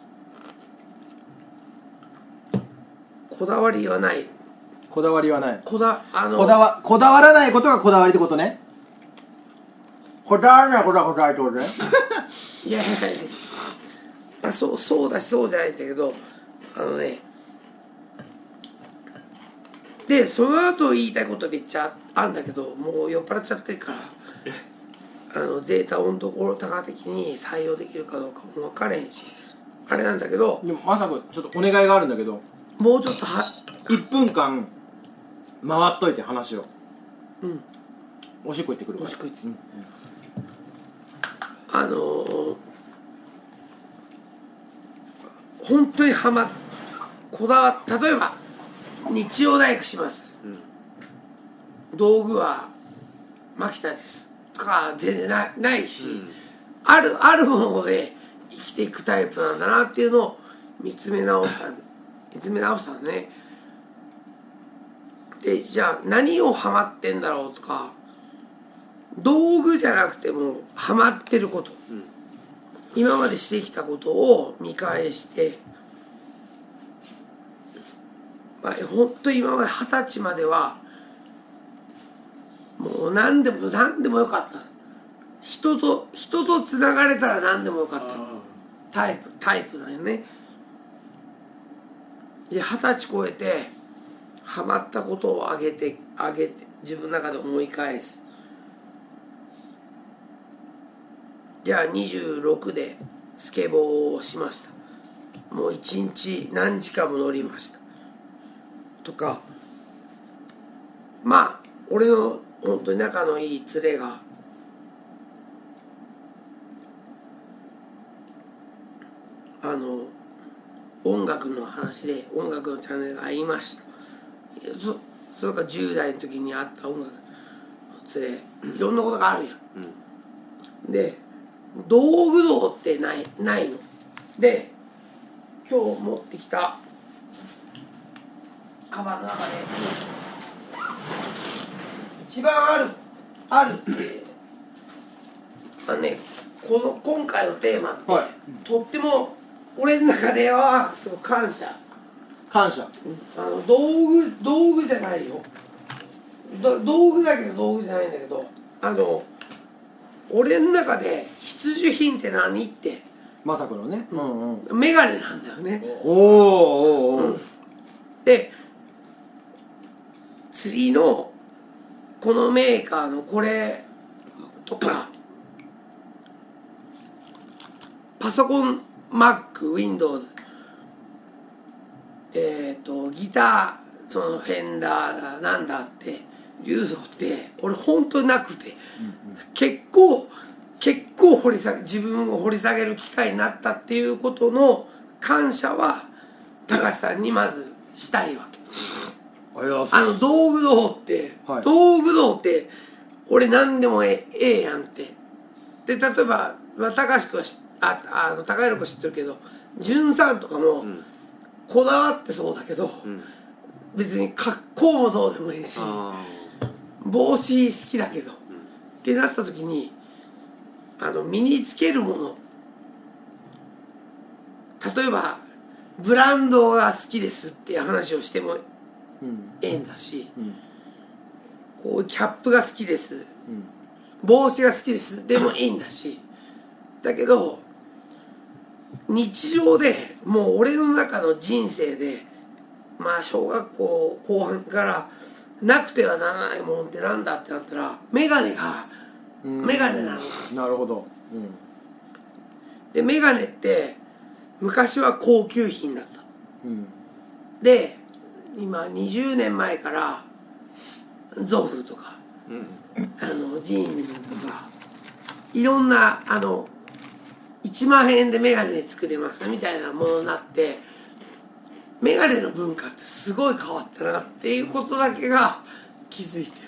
こだわりはないこだわりはないこだあのこだわこだわらないことがこだわりってことね。こだわらないことがこだわりってことね。 いやいやいやあそうそうだしそうじゃないんだけどあのねでその後言いたいことめっちゃあるんだけどもう酔っ払っちゃってるからあのゼータ温度コロタガ的に採用できるかどうかも分かれへんしあれなんだけどでもまさかちょっとお願いがあるんだけどもうちょっとはいっぷんかん回っといて話をうんおしっこ行ってくるからおしっこ行ってうんあのー、本当にハマこだわ例えば日曜大工します、うん、道具は牧田ですとか全然 な, ないし、うん、あるあるもので生きていくタイプなんだなっていうのを見つめ直した見つめ直したのね。でじゃあ何をハマってんだろうとか道具じゃなくてもハマってること、うん、今までしてきたことを見返してまあ、本当に今まで二十歳まではもう何でも何でもよかった人と人とつながれたら何でもよかったタイプタイプだよね。で二十歳超えてハマったことを上げて上げて自分の中で思い返す。じゃあにじゅうろくでスケボーをしました。もう一日何時間も乗りましたとかまあ俺の本当に仲のいい連れがあの音楽の話で音楽のチャンネルが合いました。そそれからじゅう代の時にあった音楽の連れいろんなことがあるやん、うん、で道具道ってないないので今日持ってきたカバンの中で一番あるあるってあのねこの今回のテーマって、はい、とっても俺の中ではすごく感謝感謝あの道具道具じゃないよ道具だけど道具じゃないんだけどあの俺の中で必需品って何ってまさかのね、うんうん、 メガネなんだよね。 おーおーおー、 うん、で次のこのメーカーのこれとかパソコン Mac、Windows えっとギターそのフェンダーだなんだって流動って俺本当になくて、うんうん、結構結構掘り下げ自分を掘り下げる機会になったっていうことの感謝は高橋さんにまずしたいわけ。あの道具道って、はい、道具道って俺何でもえええやんってで例えば、まあ、高橋君はああの高弘君知ってるけど潤さんとかも、うん、こだわってそうだけど、うん、別に格好もどうでもいいし帽子好きだけど、うん、ってなった時にあの身につけるもの例えばブランドが好きですっていう話をしてもええんだし、うん、こうキャップが好きです、うん、帽子が好きですでもいいんだしだけど日常でもう俺の中の人生でまあ小学校後半からなくてはならないものってなんだってなったらメガネがメガネなの。 なるほど、うん、 でメガネって昔は高級品だった、うん、で今にじゅうねんまえからゾフとか、うん、あのジーンズとかいろんなあのいちまんえんでメガネ作れますみたいなものになってメガネの文化ってすごい変わったなっていうことだけが気づいて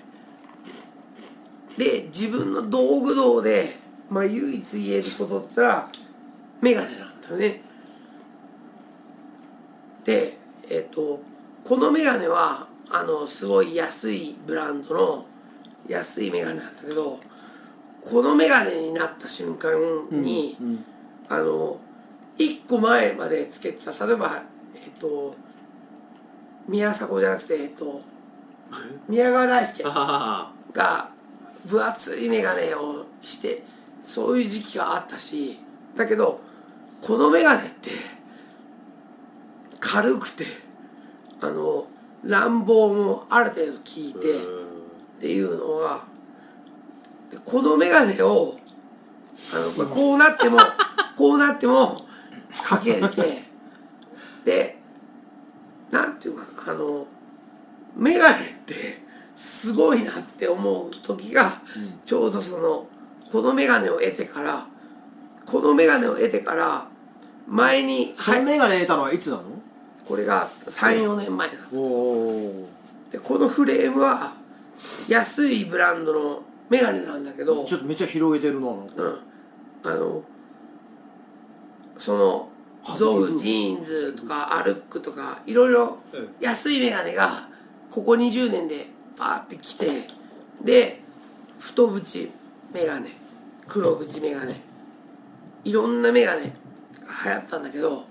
で自分の道具道で、まあ、唯一言えることって言ったらメガネなんだよね。でえっとこのメガネはあのすごい安いブランドの安いメガネなんだけど、このメガネになった瞬間に、 うんうん、 あのいっこまえまでつけてた、例えばえっと宮迫じゃなくて、えっと宮川大輔が分厚いメガネをして、そういう時期があったし、だけどこのメガネって軽くて、あの乱暴もある程度効いてっていうのが、このメガネをあのこうなってもこうなってもかけれて、でなんていうかな、あのメガネってすごいなって思う時が、ちょうどそのこのメガネを得てからこのメガネを得てから前にそのメガネ得たのはいつなの？ これがさん、よねんまえなの。 おでこのフレームは安いブランドのメガネなんだけど、 ちょっとめっちゃ広げてるな。なんかうん、あのそのゾフジーンズとかアルックとかいろいろ安いメガネがここにじゅうねんでバーってきて、で太縁メガネ、黒縁メガネ、いろんなメガネが流行ったんだけど、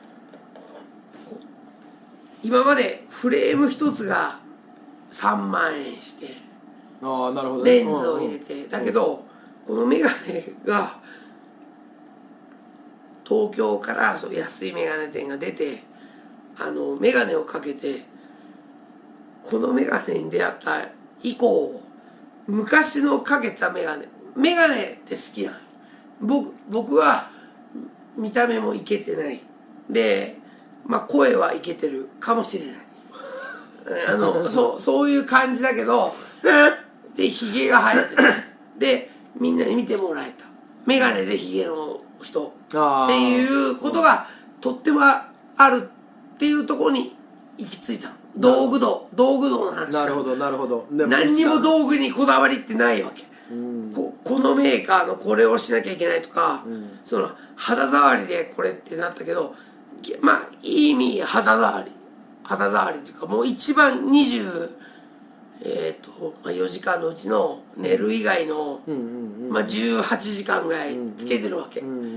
今までフレーム一つがさんまんえんしてああなるほど、ね、 レンズを入れて、だけどこのメガネが東京からそう安いメガネ店が出て、あのメガネをかけて、このメガネに出会った以降、昔のかけたメガネメガネって好きなの。僕僕は見た目もイケてないで、まあ声はいけてるかもしれないあのそうそういう感じだけど、でヒゲが生えてる、でみんなに見てもらえたメガネでヒゲの人っていうことがとってもあるっていうところに行き着いたの。道具道道具道の話。 なるほどなるほど。 何にも道具にこだわりってないわけ、 うん、 こ, このメーカーのこれをしなきゃいけないとか、うん、その肌触りでこれってなったけど、まあいい意味肌触り肌触りっていうか、もう一番にじゅう、えーとまあ、よじかんのうちの寝る以外の、うんうんうん、まあ、じゅうはちじかんぐらいつけてるわけ、うんうん、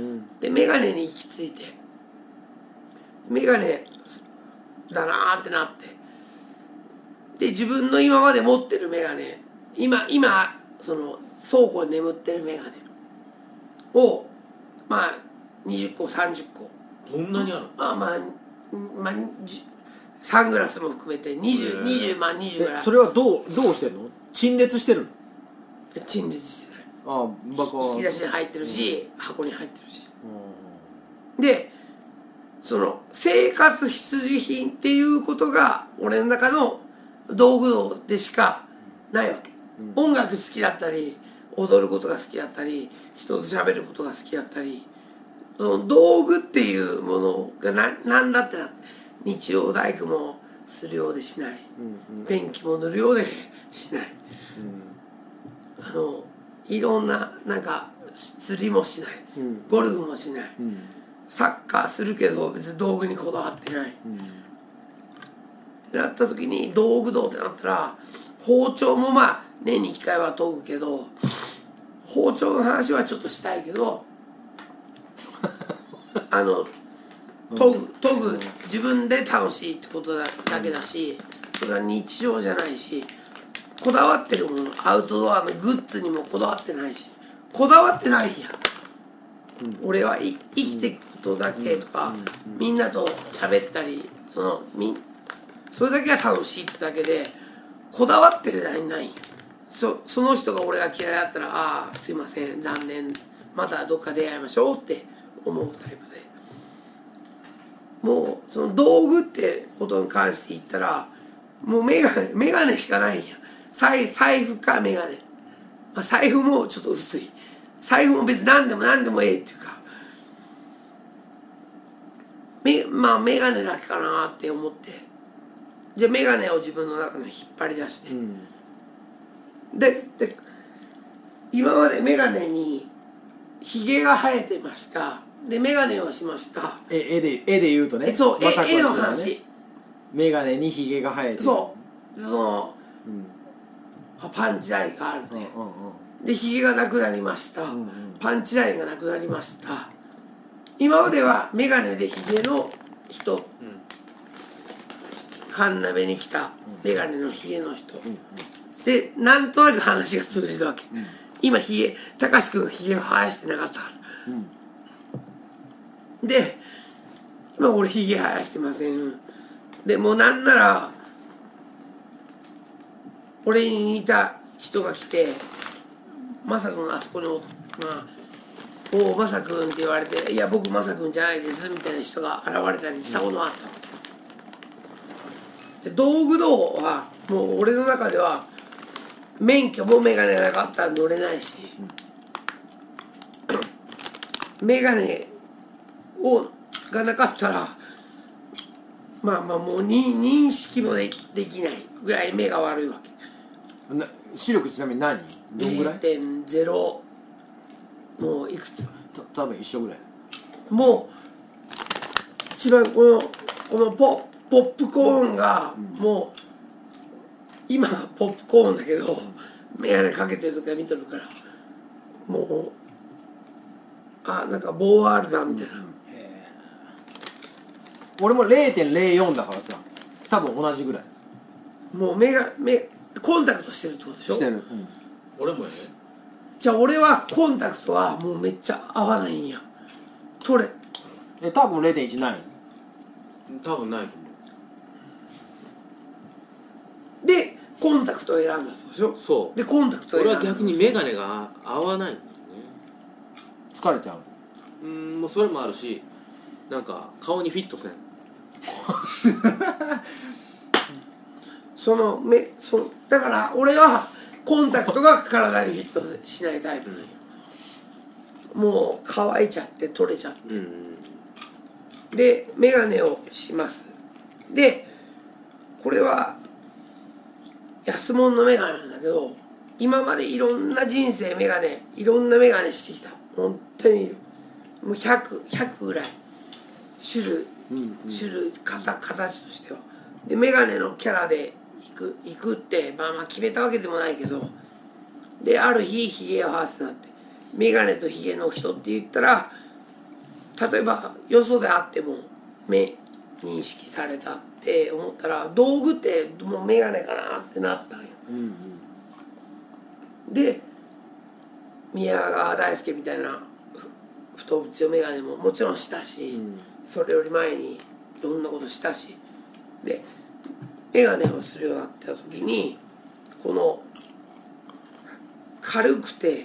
でメガネに行き着いて、メガネだなーってなって、で自分の今まで持ってるメガネ、今今その倉庫に眠ってるメガネをまあにじゅっこさんじゅっこ、 どんなにある？ まあまあ、まあ、サングラスも含めてにじゅう、にじゅうまんにじゅうぐらい。 それはどうどうしてるの？陳列してるの？ 陳列してない。 ああバカ引き出しに入ってるし、うん、箱に入ってるし、うん、でその生活必需品っていうことが俺の中の道具道でしかないわけ、うん、音楽好きだったり踊ることが好きだったり人と喋ることが好きだったり、その道具っていうものがななんだってなって、日曜大工もするようでしない、うんうん、便器も塗るようでしない、うん、あのいろんななんか釣りもしない、うん、ゴルフもしない、うん、サッカーするけど別に道具にこだわってない、うん、ってなった時に道具道ってなったら、包丁もまあ年にいっかいは研ぐけど、包丁の話はちょっとしたいけどあの研ぐ研ぐ自分で楽しいってことだけだし、それは日常じゃないし、こだわってるもの、アウトドアのグッズにもこだわってないし、こだわってないや、うん、俺はい生きていくことだけとか、うんうん、みんなと喋ったり、そのみそれだけが楽しいってだけでこだわってないない。 そ, その人が俺が嫌いだったら、ああすいません残念、またどっか出会いましょうって思うタイプで、もうその道具ってことに関して言ったら、もうメガネメガネしかないんや。財, 財布かメガネ、まあ、財布もちょっと薄い、財布も別に何でも何でもええっていうか、めまあメガネだけかなって思って、じゃあメガネを自分の中に引っ張り出して、うん、で, で今までメガネにヒゲが生えてました。でメガネをしました。 え絵で絵で言うとね、 そう、ま、絵の話、 メガネにヒゲが生えてる、 そうその、うん、 パンチラインがあるね、 うんうんうんでひげがなくなりました、 うんうん、 パンチラインがなくなりました。今までは眼鏡でひげの人、うん、カンナベに来た眼鏡のひげの人、うんうん、でなんとなく話が通じるわけ、うん、今ひげたかし君がひげを生やしてなかったから、うん、で今俺ひげ生やしてません。でもうなんなら俺に似た人が来てマサ君あそこにお、まあ、おマサ君って言われていや僕マサ君じゃないですみたいな人が現れたりしたことがあった。で道具道はもう俺の中では免許もメガネがなかったら乗れないし、うん、メガネをがなかったらまあまあもうに認識もで き, できないぐらい目が悪いわけ。 な視力ちなみに何どんぐらいれいてんゼロ もういくつた多分一緒ぐらい。 もう一番このこの ポ, ポップコーンがもう、うん、今ポップコーンだけど眼鏡かけてる時は見とるからもうあなんかボーアールだみたいな、うん、 俺も れいてんゼロよん だからさ多分同じぐらい。 もう目が目コンタクトしてるってことでしょ。 してる、うん、 俺もやね。 じゃあ俺はコンタクトはもうめっちゃ合わないんや。取れえ多分 れいてんいち ない多分ないと思う。でコンタクトを選んだってことでしょ。 そうでコンタクトを選んだ。 俺は逆に眼鏡が合わないんだよね。 疲れちゃう。 うんもうそれもあるしなんか顔にフィットせんその目そだから俺はコンタクトが体にフィットしないタイプ、うん、もう乾いちゃって取れちゃって、うん、で眼鏡をします。でこれは安物の眼鏡なんだけど今までいろんな人生眼鏡いろんな眼鏡してきた。本当にもうひゃく、ひゃくぐらい種類、うんうん、種類形、形としてはで眼鏡のキャラで行く、行くってまあまあ決めたわけでもないけどである日ヒゲを生やすなって眼鏡とヒゲの人って言ったら例えばよそであっても目認識されたって思ったら道具ってもう眼鏡かなってなったんよ、うんうん、で宮川大輔みたいな太縁の眼鏡ももちろんしたし、うん、それより前にいろんなことしたしで眼鏡をするようになった時にこの軽くて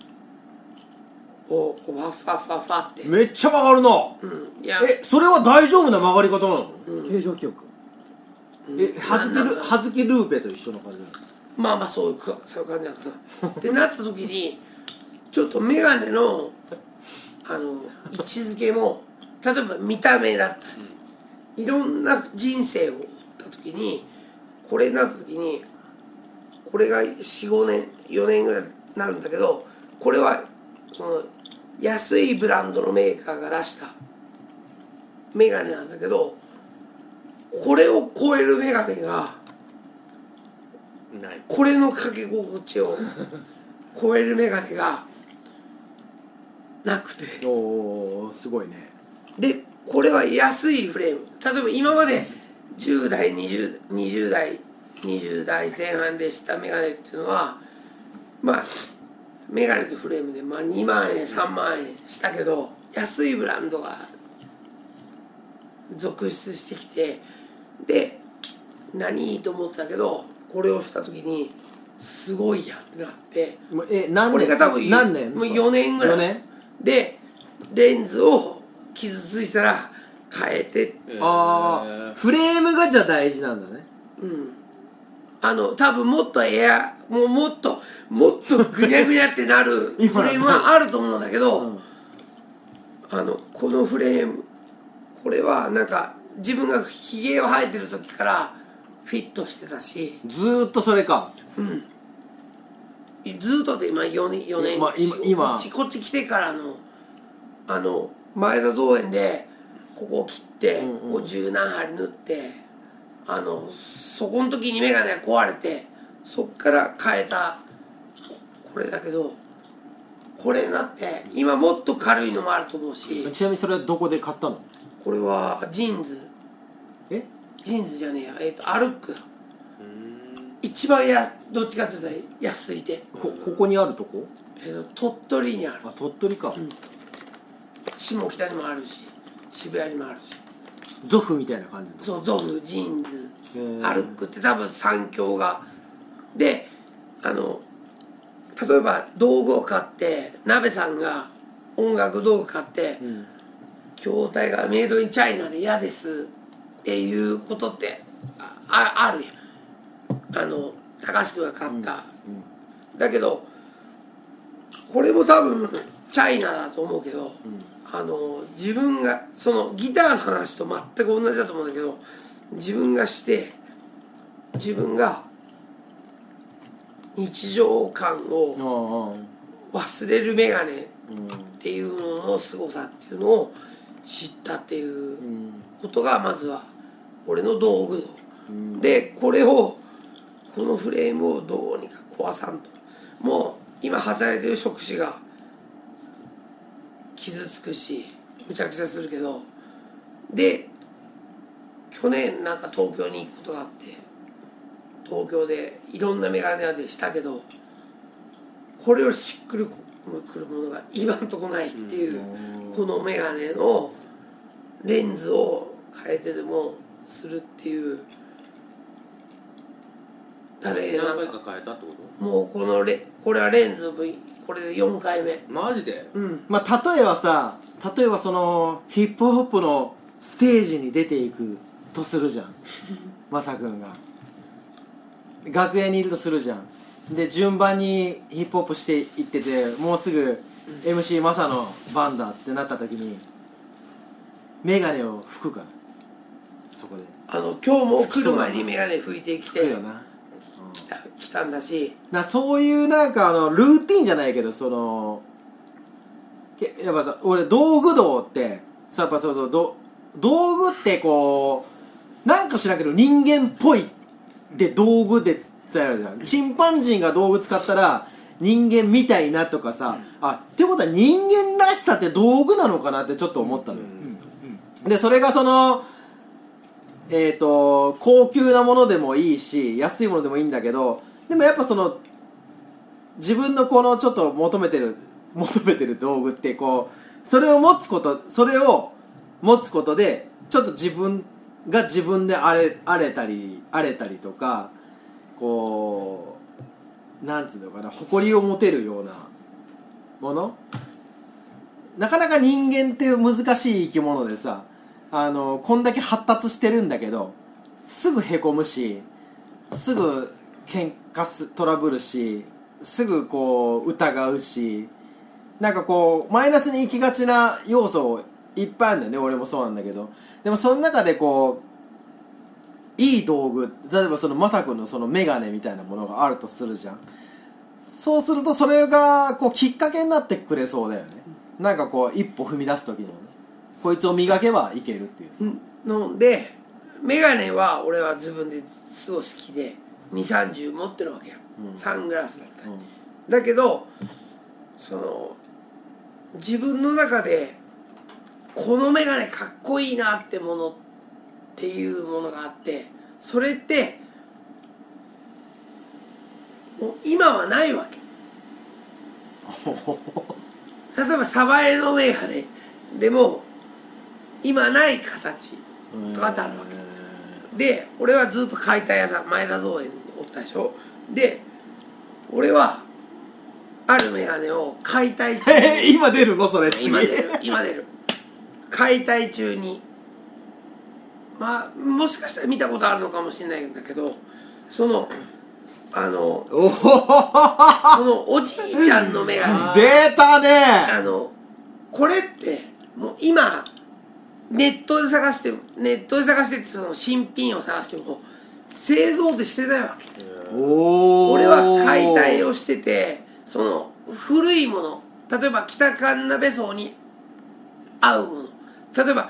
こうファッファッファッファってめっちゃ曲がるな、 うん、いやえそれは大丈夫な曲がり方なの、 うん、形状記憶、 うん、えはずきルはずきルーペと一緒の感じなの。 まあまあそういうそういう感じなんですなってなった時にちょっと眼鏡のあの位置づけも例えば見た目だったりいろんな人生を追った時にこれになった時にこれが よん、ごねんよねんぐらいになるんだけどこれはその安いブランドのメーカーが出したメガネなんだけどこれを超えるメガネがないこれの掛け心地を超えるメガネがなくておーすごいね。 でこれは安いフレーム例えば今までじゅう代にじゅう、にじゅう代にじゅう代前半でしたメガネっていうのはまあメガネとフレームでまあにまんえんさんまんえんしたけど安いブランドが続出してきてで何いいと思ってたけどこれをした時にすごいやってなってえ何年これが多分何年もうよねんぐらいよねんでレンズを傷ついたら変えて、 えー、ああフレームがじゃあ大事なんだね。 うんあの多分もっとエアもうもっともっとグニャグニャってなるフレームはあると思うんだけど、うん、あのこのフレームこれはなんか自分がひげを生えてる時からフィットしてたしずーっとそれかうんずーっとで今よねんよねん、 まあ、今今こっちこっち来てからのあの前田造園でここを切って、うんうん、こう十何針縫ってあのそこの時に眼鏡が壊れてそっから変えたこれだけど、これになって今もっと軽いのもあると思うし。 ちなみにそれはどこで買ったの？ これはジーンズえジーンズじゃねえや、えっ、ー、とアルックだ。一番やどっちかというと安いでこ, ここにあるとこ？ えー、と鳥取にある。 あ、鳥取か、うん、 下北にもあるし渋谷にもあるし。 ゾフみたいな感じの。 そうゾフ、ジーンズ、アルックって多分三強がで、あの例えば道具を買って鍋さんが音楽道具買って、うん、筐体がメイドインチャイナで嫌ですっていうことってあ あ, あるやん。あの高橋君が買った、うんうん、だけどこれも多分チャイナだと思うけど、うん、あの自分がそのギターの話と全く同じだと思うんだけど、自分がして自分が日常感を忘れるメガネっていうのの凄さっていうのを知ったっていうことがまずは俺の道具度で、これをこのフレームをどうにか壊さんと、もう今働いてる職種が傷つくしむちゃくちゃするけど、で去年なんか東京に行くことがあって、東京でいろんなメガネ屋でしたけど、これよりしっくりくるものが今んとこないっていう、うん、このメガネのレンズを変えてでもするっていう。 何回か変えたってこと？ もうこのレこれはレンズ V これでよんかいめ。 マジで？ うん。 まあ例えばさ、例えばそのヒップホップのステージに出ていくとするじゃんマサ君が楽屋にいるとするじゃん。で順番にヒップホップしていってて、もうすぐ エムシー マサの番だってなった時にメガネを拭くから、そこであの今日も来る前にメガネ拭いてきて拭くよな、 来た来たんだし、 なそういうなんかあのルーティンじゃないけど、そのやっぱさ、俺道具道ってさ、やっぱそうそうど道具ってこうなんか知らんけど人間っぽいで道具で伝えるじゃん。チンパンジーが道具使ったら人間みたいなとかさ、うん、あってことは人間らしさって道具なのかなってちょっと思ったのよ、うんうん、でそれがそのえーと高級なものでもいいし安いものでもいいんだけど、でもやっぱその自分のこのちょっと求めてる求めてる道具ってこうそれを持つことそれを持つことでちょっと自分が自分で荒れ、荒れたり荒れたりとか、こうなんつうのかな、誇りを持てるようなもの。なかなか人間っていう難しい生き物でさ、あのこんだけ発達してるんだけどすぐへこむし、すぐ喧嘩すトラブルし、すぐこう疑うし、なんかこうマイナスに行きがちな要素いっぱいあるんだよね。俺もそうなんだけど、でもその中でこういい道具、例えばそのマサ君のそのメガネみたいなものがあるとするじゃん。そうするとそれがこうきっかけになってくれそうだよね。なんかこう一歩踏み出す時のね、こいつを磨けばいけるっていうので、メガネは俺は自分ですごい好きでにじゅう、さんじゅう持ってるわけよ、うん、サングラスだったり、うん、だけどその自分の中でこのメガネかっこいいなってものっていうものがあって、それってもう今はないわけ例えばサバエのメガネでも今ない形とかってあるわけで、俺はずっと解体屋さん前田造園におったでしょ。で俺はあるメガネを解体中に今出るのそれ今出る今出る解体中に、まあもしかしたら見たことあるのかもしれないんだけど、そのあのこのおじいちゃんのメガネ出たね。 あのこれってもう今ネットで探してネットで探してってその新品を探しても製造ってしてないわけ。俺は解体をしてて、その古いもの、例えば北神鍋荘に合うもの、例えば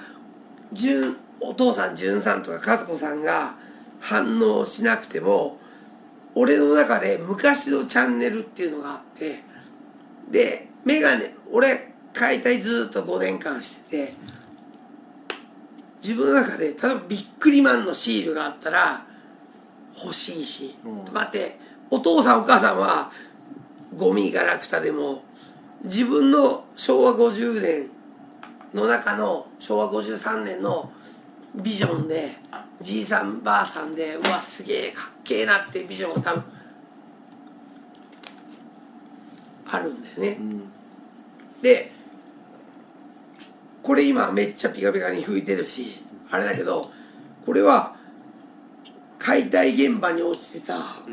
お父さん、純さんとか和子さんが反応しなくても俺の中で昔のチャンネルっていうのがあって、でメガネ俺解体ずっとごねんかんしてて、自分の中で例えばビックリマンのシールがあったら欲しいし、うん、とかって、お父さんお母さんはゴミガラクタでも自分のしょうわごじゅうねんの中のしょうわごじゅうさんねんのビジョンでじいさんばあさんでうわすげえかっけえなってビジョンが多分あるんだよね、うん、でこれ今めっちゃピカピカに拭いてるしあれだけど、これは解体現場に落ちてた、うん、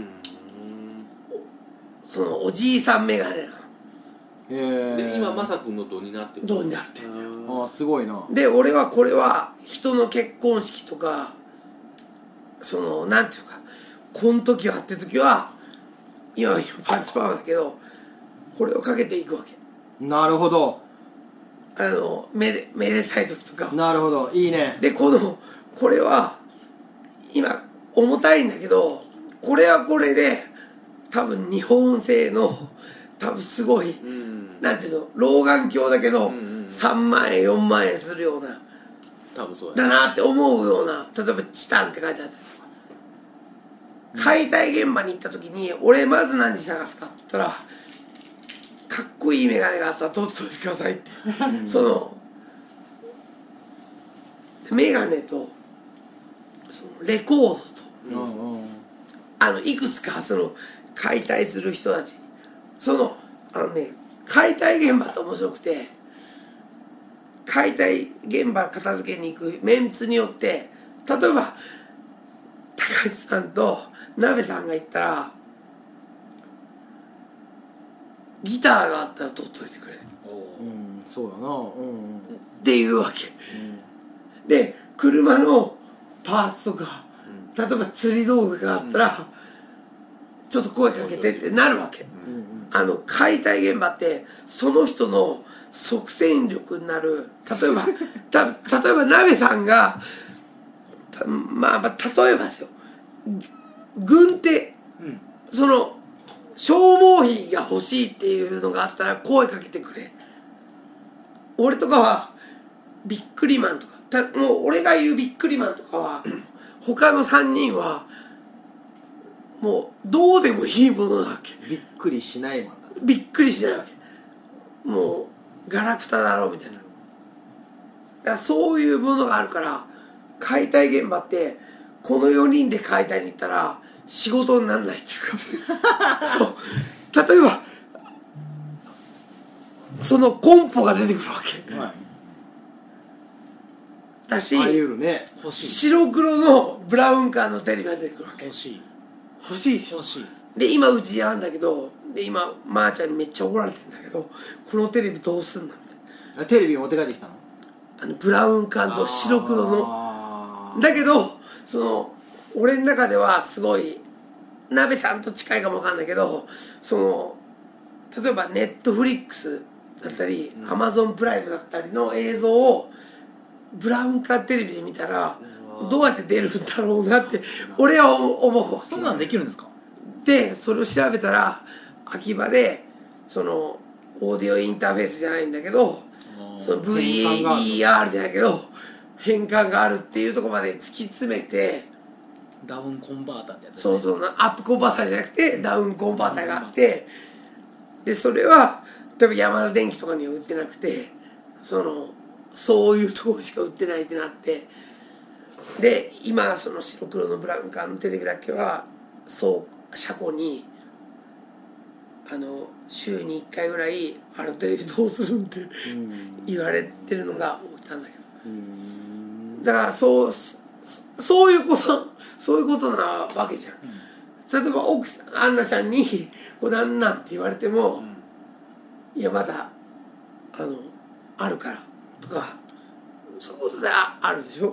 そのおじいさんメガネなの。 へで今マサ君の銅になってる。 銅になってる。 ああすごいな。 で俺はこれは人の結婚式とかそのなんていうかこの時はって時は今はパンチパーマだけどこれをかけていくわけ。 なるほど。 あのめでめでたい時とか。 なるほどいいね。 でこのこれは今重たいんだけどこれはこれで多分日本製の多分すごい、うん、なんていうの老眼鏡だけど、うんうん、さんまんえんよんまんえんするような多分そうだなって思うような、例えばチタンって書いてあったりとか、うん、解体現場に行った時に俺まず何探すかって言ったらかっこいいメガネがあったら取っといてくださいってそのメガネとそのレコードと、うんうん、あのいくつかその解体する人たちそのあのね解体現場って面白くて、解体現場片付けに行くメンツによって例えば高橋さんと鍋さんが行ったらギターがあったら取っといてくれ、 うん、そうだな、うん、 っていうわけ、うん、で車のパーツとか、うん、例えば釣り道具があったら、うん、ちょっと声かけてってなるわけ、うん、あの解体現場ってその人の即戦力になる。例えばた例えば鍋さんがまあ、まあ、例えばですよ軍手、うん、その消耗品が欲しいっていうのがあったら声かけてくれ。俺とかはビックリマンとかたもう俺が言うビックリマンとかは他のさんにんはもうどうでもいいものなわけ。 びっくりしないもんだ。 びっくりしないわけ。もうガラクタだろうみたいな。だからそういうものがあるから解体現場ってこのよにんで解体に行ったら仕事にならないっていうかそう例えばそのコンポが出てくるわけ、はい、だし、 あり得るね、 欲しい白黒のブラウン管のテレビが出てくるわけ。 欲しい欲しいでしょ。 欲しい。 で今うちあるんだけどで今まーちゃんにめっちゃ怒られてるんだけどこのテレビどうすんだみたいな。 テレビ持って帰ってきたの？ あのブラウン管と白黒のだけどその俺の中ではすごい鍋さんと近いかもわかんないけどその例えばネットフリックスだったりアマゾンプライムだったりの映像をブラウン管テレビで見たらどうやって出るんだろうなって俺は思う。 そんなんできるんですか？ でそれを調べたら秋葉でそのオーディオインターフェースじゃないんだけどその ブイエーアール じゃないけど変換があるっていうところまで突き詰めてダウンコンバーターってやつ、ね、 そうそうアップコンバーターじゃなくてダウンコンバーターがあってでそれは例えばヤマダ電機とかには売ってなくてそのそういうところしか売ってないってなってで今その白黒のブラウン管のテレビだけはそう車庫にあの週にいっかいぐらいあのテレビどうするんって言われてるのが起きたんだけどだからそうそういうことそういうことなわけじゃん、うん、例えば奥さんアンナちゃんにこれなんなんって言われても、うん、いやまだあのあるからとかそういうことで あ, あるでしょ。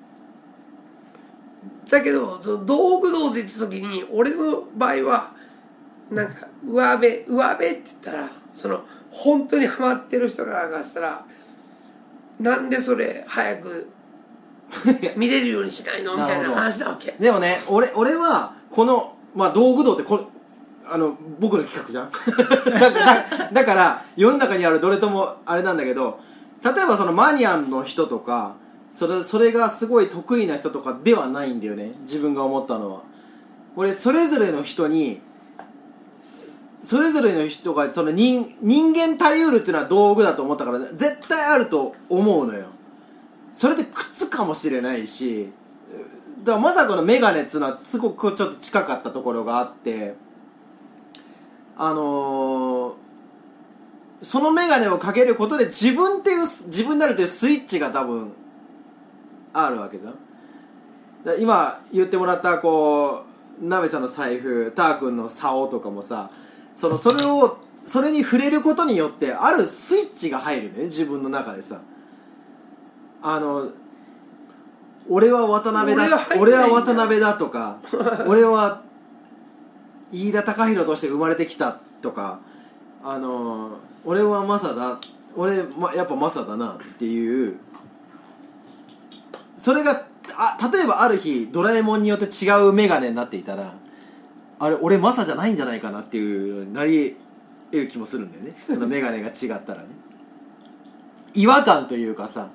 だけど道具道で言った時に俺の場合はなんか上辺上辺って言ったらその本当にハマってる人からがしたらなんでそれ早く見れるようにしないのみたいな話なわけ。 でもね俺俺はこのまあ道具道ってこれあの僕の企画じゃんだ, だ, だから世の中にあるどれともあれなんだけど、例えばそのマニアの人とかそれそれがすごい得意な人とかではないんだよね。自分が思ったのは、俺それぞれの人にそれぞれの人がその 人, 人間足りうるっていうのは道具だと思ったから絶対あると思うのよ。それで靴かもしれないし、だからまさかのメガネっていうのはすごくちょっと近かったところがあって、あのー、そのメガネをかけることで自分っていう自分になるというスイッチが多分あるわけじゃん。だ今言ってもらったこうなべさんの財布、たーくんの竿とかもさ、そのそれをそれに触れることによってあるスイッチが入るね、自分の中でさ。あの俺は渡辺だ俺は渡辺だとか俺は飯田貴弘として生まれてきたとか、あの俺はマサだ俺、ま、やっぱマサだなっていう、それがあ例えばある日ドラえもんによって違うメガネになっていたら、あれ俺マサじゃないんじゃないかなっていうなり得る気もするんだよねそのメガネが違ったらね違和感というかさ、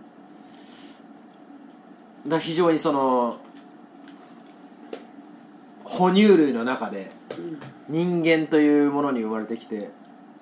だ非常にその哺乳類の中で人間というものに生まれてきて、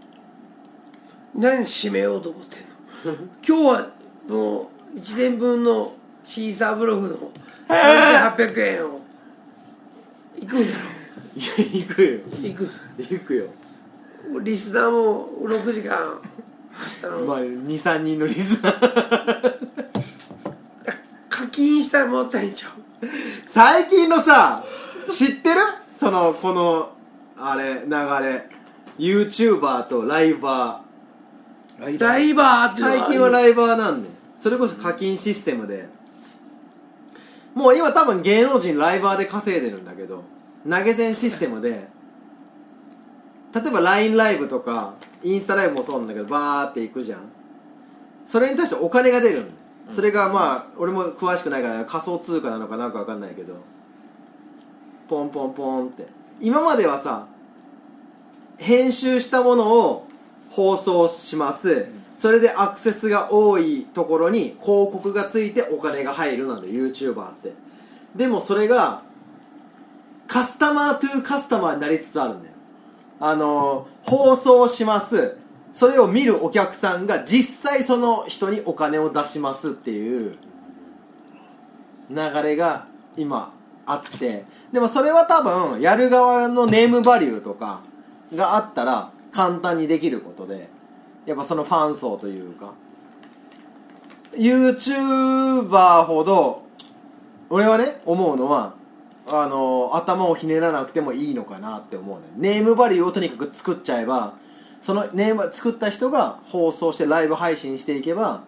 何締めようと思ってんの今日はもういちねんぶんのシーサーブログのさんぜんはっぴゃくえんをいくんだろ。 いや行くよいく行くよ。 リスナーもろくじかん走ったの、 まあ、にさんにんのリスナー課金したらもったいんちゃう。 最近のさ知ってるそのこのあれ流れ YouTuber とライバーライバーって最近はライバーなんで、それこそ課金システムで、もう今多分芸能人ライバーで稼いでるんだけど、投げ銭システムで例えば ライン ライブとかインスタライブもそうなんだけどバーっていくじゃん。それに対してお金が出るんだよ。それがまあ俺も詳しくないから仮想通貨なのかなんか分かんないけど、ポンポンポンって今まではさ編集したものを放送します、それでアクセスが多いところに広告がついてお金が入るなんだよ YouTuber って。でもそれがカスタマートゥーカスタマーになりつつあるんだよ。あのー、放送します、それを見るお客さんが実際その人にお金を出しますっていう流れが今あって、でもそれは多分やる側のネームバリューとかがあったら簡単にできることで、やっぱそのファン層というか YouTuber ほど俺はね思うのはあの頭をひねらなくてもいいのかなって思うね。ネームバリューをとにかく作っちゃえば、そのネーム作った人が放送してライブ配信していけば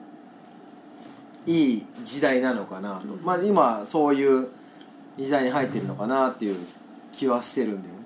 いい時代なのかなと、うん、まあ今そういう時代に入ってるのかなっていう気はしてるんだよね。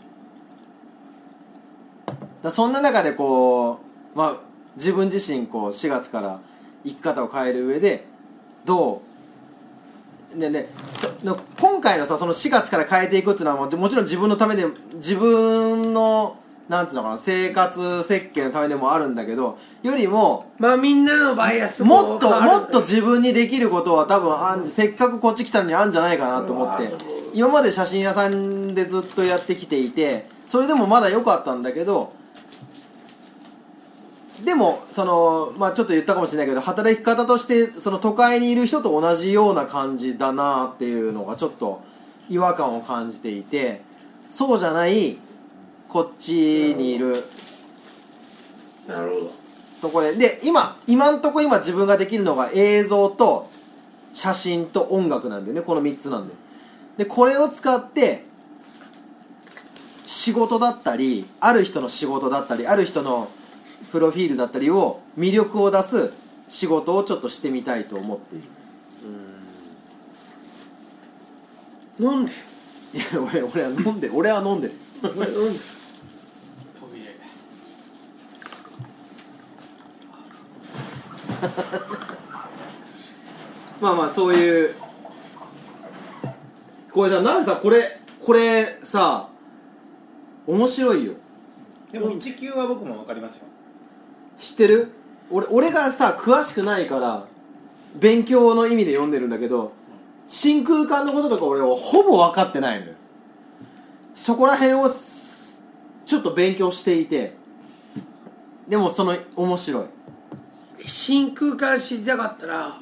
だそんな中でこう、まあ、自分自身こうしがつから生き方を変える上でどうでね、今回のさそのしがつから変えていくっていうのはもちろん自分のためで自分のなんていうのかな生活設計のためでもあるんだけど、よりもまあみんなのバイアスももっともっと自分にできることは多分あんせっかくこっち来たのにあるんじゃないかなと思って、今まで写真屋さんでずっとやってきていてそれでもまだ良かったんだけど、でもそのまあちょっと言ったかもしれないけど働き方としてその都会にいる人と同じような感じだなっていうのがちょっと違和感を感じていて、そうじゃないこっちにいるなるほどところで、で今今んとこ今自分ができるのが映像と写真と音楽なんでね、このみっつなんで、でこれを使って仕事だったりある人の仕事だったりある人のプロフィールだったりを魅力を出す仕事をちょっとしてみたいと思っている。 うーん飲んでいや俺俺は飲んで俺は飲んでる俺飲んでまあまあそういうこれじゃあなべさんこれこれさ面白いよ。 でも地球は僕も分かりますよ。 知ってる？俺俺がさ詳しくないから勉強の意味で読んでるんだけど、真空管のこととか俺はほぼ分かってないのよ。そこら辺をちょっと勉強していて、でもその面白い。 真空管知りたかったら、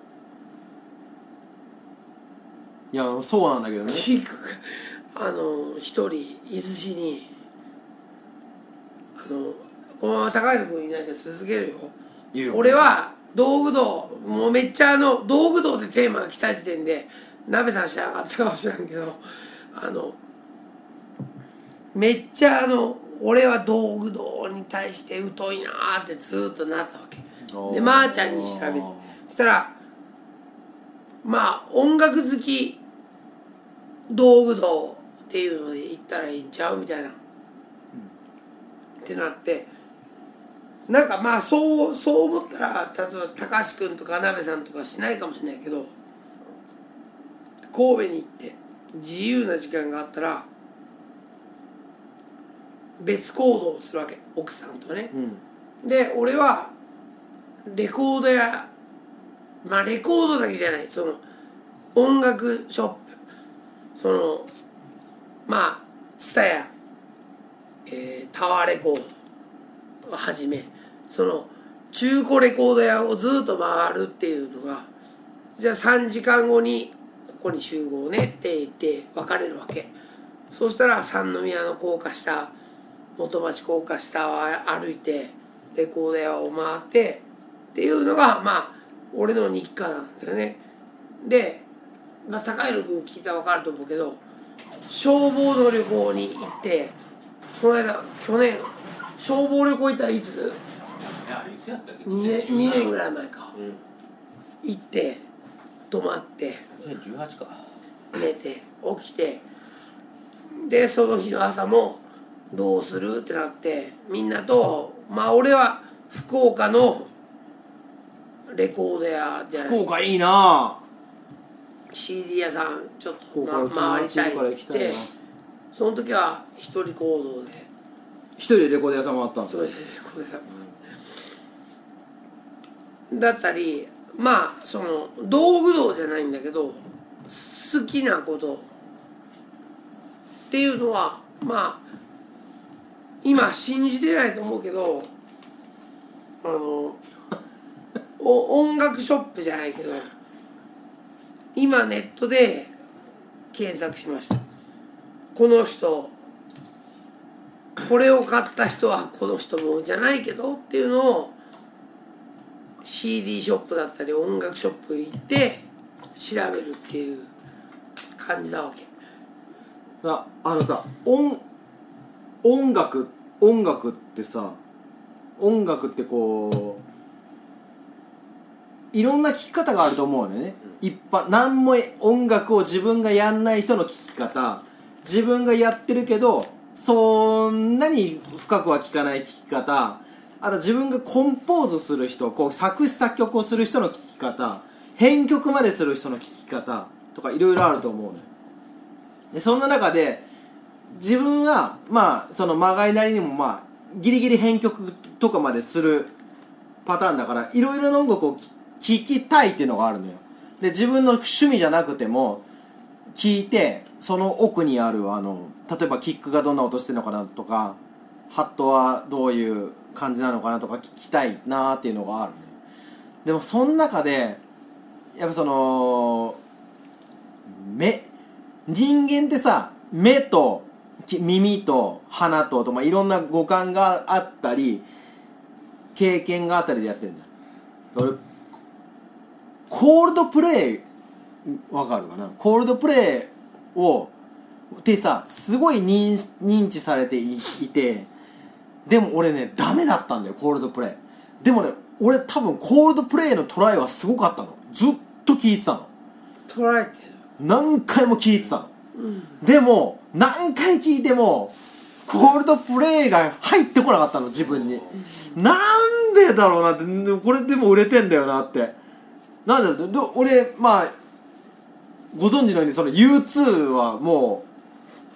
いやそうなんだけどね。 真空管あの一人伊豆市にあのこのまま高いところにいないで続けるよ。 いいよ。 俺は道具道もうめっちゃあの道具道でテーマが来た時点で鍋さん知らなかったかもしれんけど、あのめっちゃあの俺は道具道に対して疎いなーってずーっとなったわけで、まーちゃんに調べて、そしたらまあ音楽好き道具道っていうので言ったらいいんちゃうみたいな、うん、ってなって、なんかまあそうそう思ったら例えば高橋君とか鍋さんとかしないかもしれないけど、神戸に行って自由な時間があったら別行動をするわけ、奥さんとね、うん、で俺はレコードやまあレコードだけじゃない、その音楽ショップ、そのまあツタヤ、えー、タワーレコードをはじめその中古レコード屋をずっと回るっていうのが、じゃあさんじかんごにここに集合ねって言って別れるわけ。そうしたら三宮の高架下、元町高架下を歩いてレコード屋を回ってっていうのがまあ俺の日課なんだよね。で、まあ、高弘君聞いたら分かると思うけど、消防の旅行に行って、この間去年消防旅行行ったらいつにねんにねんぐらい前か、うん、行って泊まってにせんじゅうはちか寝て起きて、でその日の朝もどうするってなってみんなと、まあ俺は福岡のレコード屋じゃない、 福岡いいなシーディー 屋さんちょっと、ま、回りたいって言って、その時は一人行動で一人でレコード屋さん回ったんですよ。一人でレコード屋さんだったり、まあその道具道じゃないんだけど好きなことっていうのはまあ今信じてないと思うけど、あのお音楽ショップじゃないけど今ネットで検索しました。この人これを買った人はこの人もじゃないけどっていうのを シーディー ショップだったり音楽ショップ行って調べるっていう感じなわけ。 さあのさ音音楽音楽ってさ音楽ってこういろんな聴き方があると思うんだよね、うん、一般何も音楽を自分がやんない人の聴き方、自分がやってるけどそんなに深くは聴かない聴き方、あと自分がコンポーズする人、こう作詞作曲をする人の聴き方、編曲までする人の聴き方とかいろいろあると思うのよ。でそんな中で自分はまあそのまがいなりにもまあギリギリ編曲とかまでするパターンだからいろいろな音楽を聴きたいっていうのがあるのよ。で自分の趣味じゃなくても聴いて、その奥にあるあの例えばキックがどんな音してるのかなとか、ハットはどういう感じなのかなとか聞きたいなっていうのがあるね。でもその中でやっぱその目人間ってさ、目と耳と鼻とと、まあ、いろんな五感があったり経験があったりでやってるんだ。俺コールドプレイわかるかな。コールドプレイをってさすごい 認, 認知されて い, いてでも俺ねダメだったんだよコールドプレイ。でもね俺多分コールドプレイのトライはすごかったの。ずっと聞いてたの。 トライって何回も聞いてたの、うん、でも何回聞いてもコールドプレイが入ってこなかったの自分に、うん、なんでだろうなって。これでも売れてんだよなって。なんだろう俺まあご存知のようにその ユーツー はも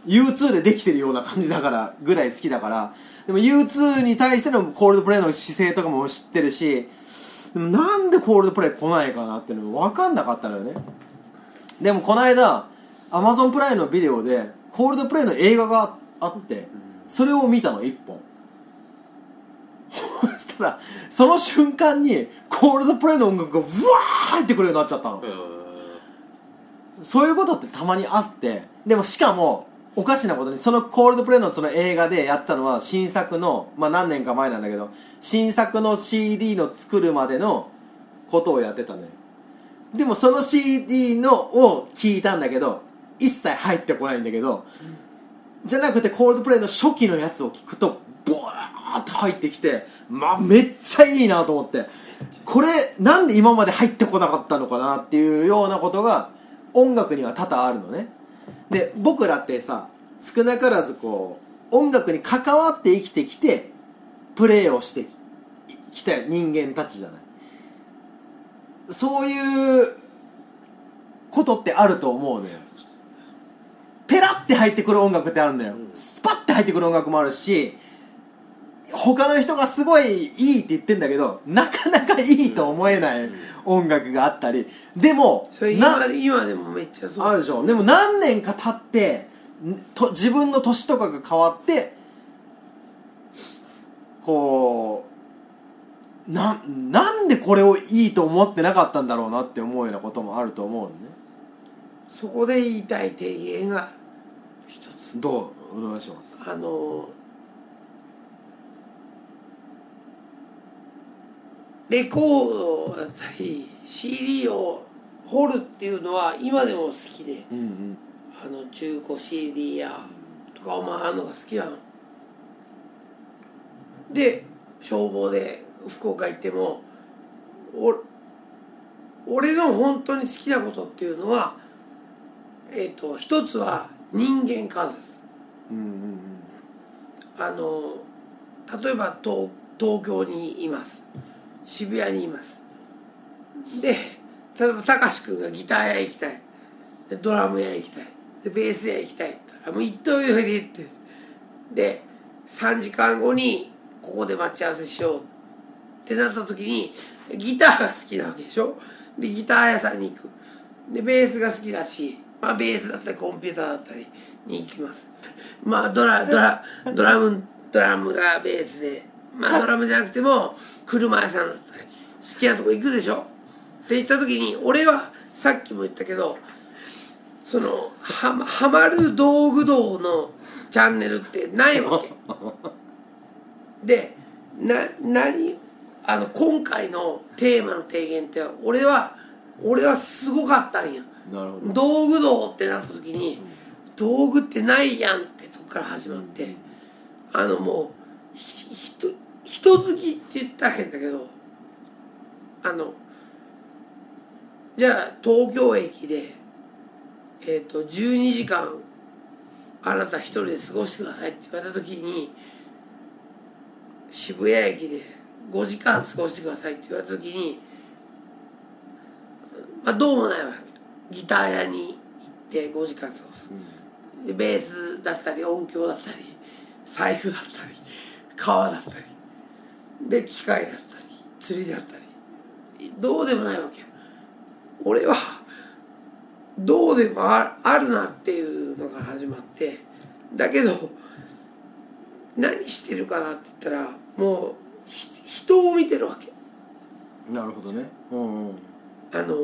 ユーツー でできてるような感じだからぐらい好きだから。でも ユーツー に対してのコールドプレイの姿勢とかも知ってるし、でもなんでコールドプレイ来ないかなっていうの分かんなかったのよね。でもこの間 Amazon プライムのビデオでコールドプレイの映画があってそれを見たのいっぽん。そしたらその瞬間にコールドプレイの音楽がブワー入ってくるようになっちゃったの。そういうことってたまにあって、でもしかもおかしなことにそのコールドプレイのその映画でやったのは新作の、まあ何年か前なんだけど新作の シーディー の作るまでのことをやってたのよ。でもその シーディー のを聞いたんだけど一切入ってこないんだけど、じゃなくてコールドプレイの初期のやつを聞くとボワーって入ってきて、まあめっちゃいいなと思って、これなんで今まで入ってこなかったのかなっていうようなことが音楽には多々あるのね。で僕らってさ少なからずこう音楽に関わって生きてきてプレイをしてきた人間たちじゃない。そういうことってあると思うのよ。ペラって入ってくる音楽ってあるんだよ、うん、スパッて入ってくる音楽もあるし、他の人がすごいいいって言ってんだけどなかなかいいと思えない音楽があったり、でもそれ 今, 今でもめっちゃそうあるでしょ。でも何年か経ってと自分の年とかが変わってこう な, なんでこれをいいと思ってなかったんだろうなって思うようなこともあると思うのね。 そこで言いたい提言が一つ。 どうお願いします。 あのレコードだったり シーディー を掘るっていうのは今でも好きで、 うんうん、 あの中古 シーディー やとかを回るのが好きなので、消防で福岡行ってもお俺の本当に好きなことっていうのは、えーと、一つは人間観察、 うんうんうん、 あの例えば 東, 東京にいます、渋谷にいます。で例えばたかし君がギター屋行きたい、でドラム屋行きたい、でベース屋行きたいって言ったらもう行っといでってでさんじかんごにここで待ち合わせしようってなった時にギターが好きなわけでしょ。でギター屋さんに行く。でベースが好きだし、まあ、ベースだったりコンピューターだったりに行きます。まあドラドラドラムドラムがベースで、まあドラムじゃなくても車屋さんだったり好きなとこ行くでしょって言った時に、俺はさっきも言ったけどそのははまる道具道のチャンネルってないわけで、な何あの今回のテーマの提言って俺は俺はすごかったんや。 なるほど。 道具道ってなった時に、うん、道具ってないやんってとこから始まって、あのもうひひと人好きって言ったら変だけど、あのじゃあ東京駅で、えー、とじゅうにじかんあなた一人で過ごしてくださいって言われた時に、渋谷駅でごじかん過ごしてくださいって言われた時に、まあどうもないわけ。ギター屋に行ってごじかん過ごす、うん、でベースだったり音響だったり財布だったり革だったりで機械だったり釣りだったりどうでもないわけ。俺はどうでもあるなっていうのが始まって、だけど何してるかなって言ったらもう人を見てるわけ。 なるほどね、うんうん、 あの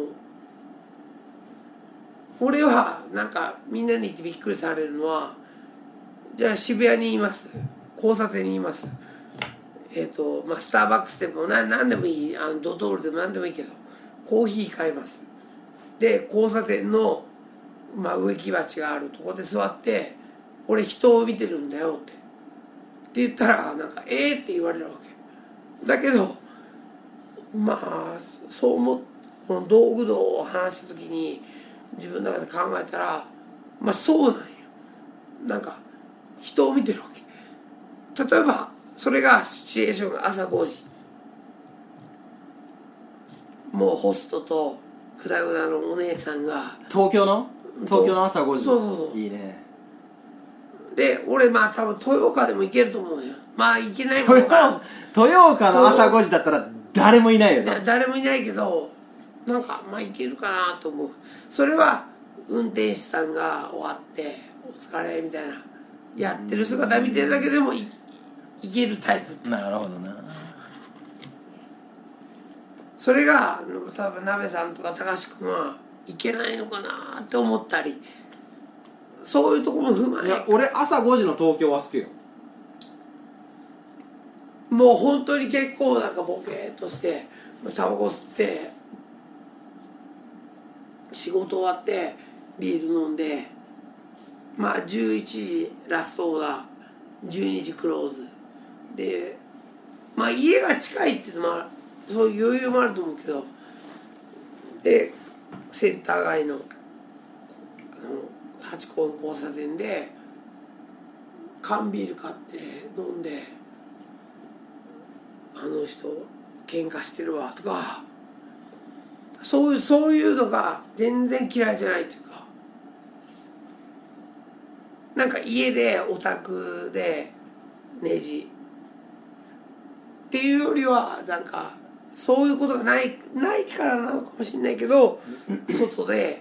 俺はなんかみんなに言ってびっくりされるのは、じゃあ渋谷にいます、交差点にいます、えっとまあスターバックスでも何何でもいい、あのドトールでも何でもいいけどコーヒー買います。で交差点の、まあ、植木鉢があるとこで座って俺人を見てるんだよってって言ったらなんかええー、って言われるわけだけど、まあそう思っこの道具道を話した時に自分の中で考えたら、まあそうなんよ。なんか人を見てるわけ。例えばそれがシチュエーションが朝ごじ、もうホストとクダクダのお姉さんが東京の東京の朝ごじ、 そうそうそう、 いいね。 で俺まあ多分豊岡でも行けると思うよ。まあ行けないかも豊豊岡の朝ごじだったら誰もいないよな。 誰もいないけどなんかまあ行けるかなと思う。それは運転手さんが終わってお疲れみたいなやってる姿見てるだけでもいいけるタイプ。 なるほどな。 それが多分鍋さんとか高橋君はいけないのかなって思ったり、そういうところも踏まえ、 いや俺朝ごじの東京は好きよ。 もう本当に結構なんかボケーっとしてタバコ吸って仕事終わってビール飲んで、まあじゅういちじラストオーダー、じゅうにじクローズで、まあ家が近いっていうのもある、そういう余裕もあると思うけど、でセンター街のあの八甲の交差点で缶ビール買って飲んで、あの人喧嘩してるわとか、そういうそういうのが全然嫌いじゃないっていうか、なんか家でオタクでネジっていうよりはなんかそういうことがないないからなのかもしれないけど外で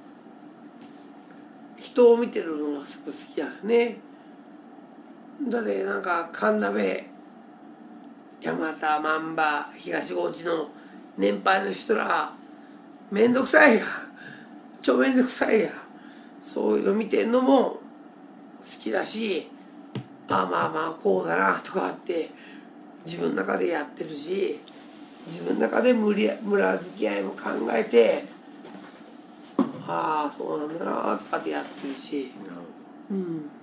人を見てるのがすごい好きだよね。だってなんか神鍋山田万場東河内の年配の人らめんどくさいやちょめんどくさいや、そういうの見てんのも好きだし、ああまあまあこうだなとかって自分の中でやってるし、自分の中で村付き合いも考えて、ああそうなんだなとかってやってるし、うん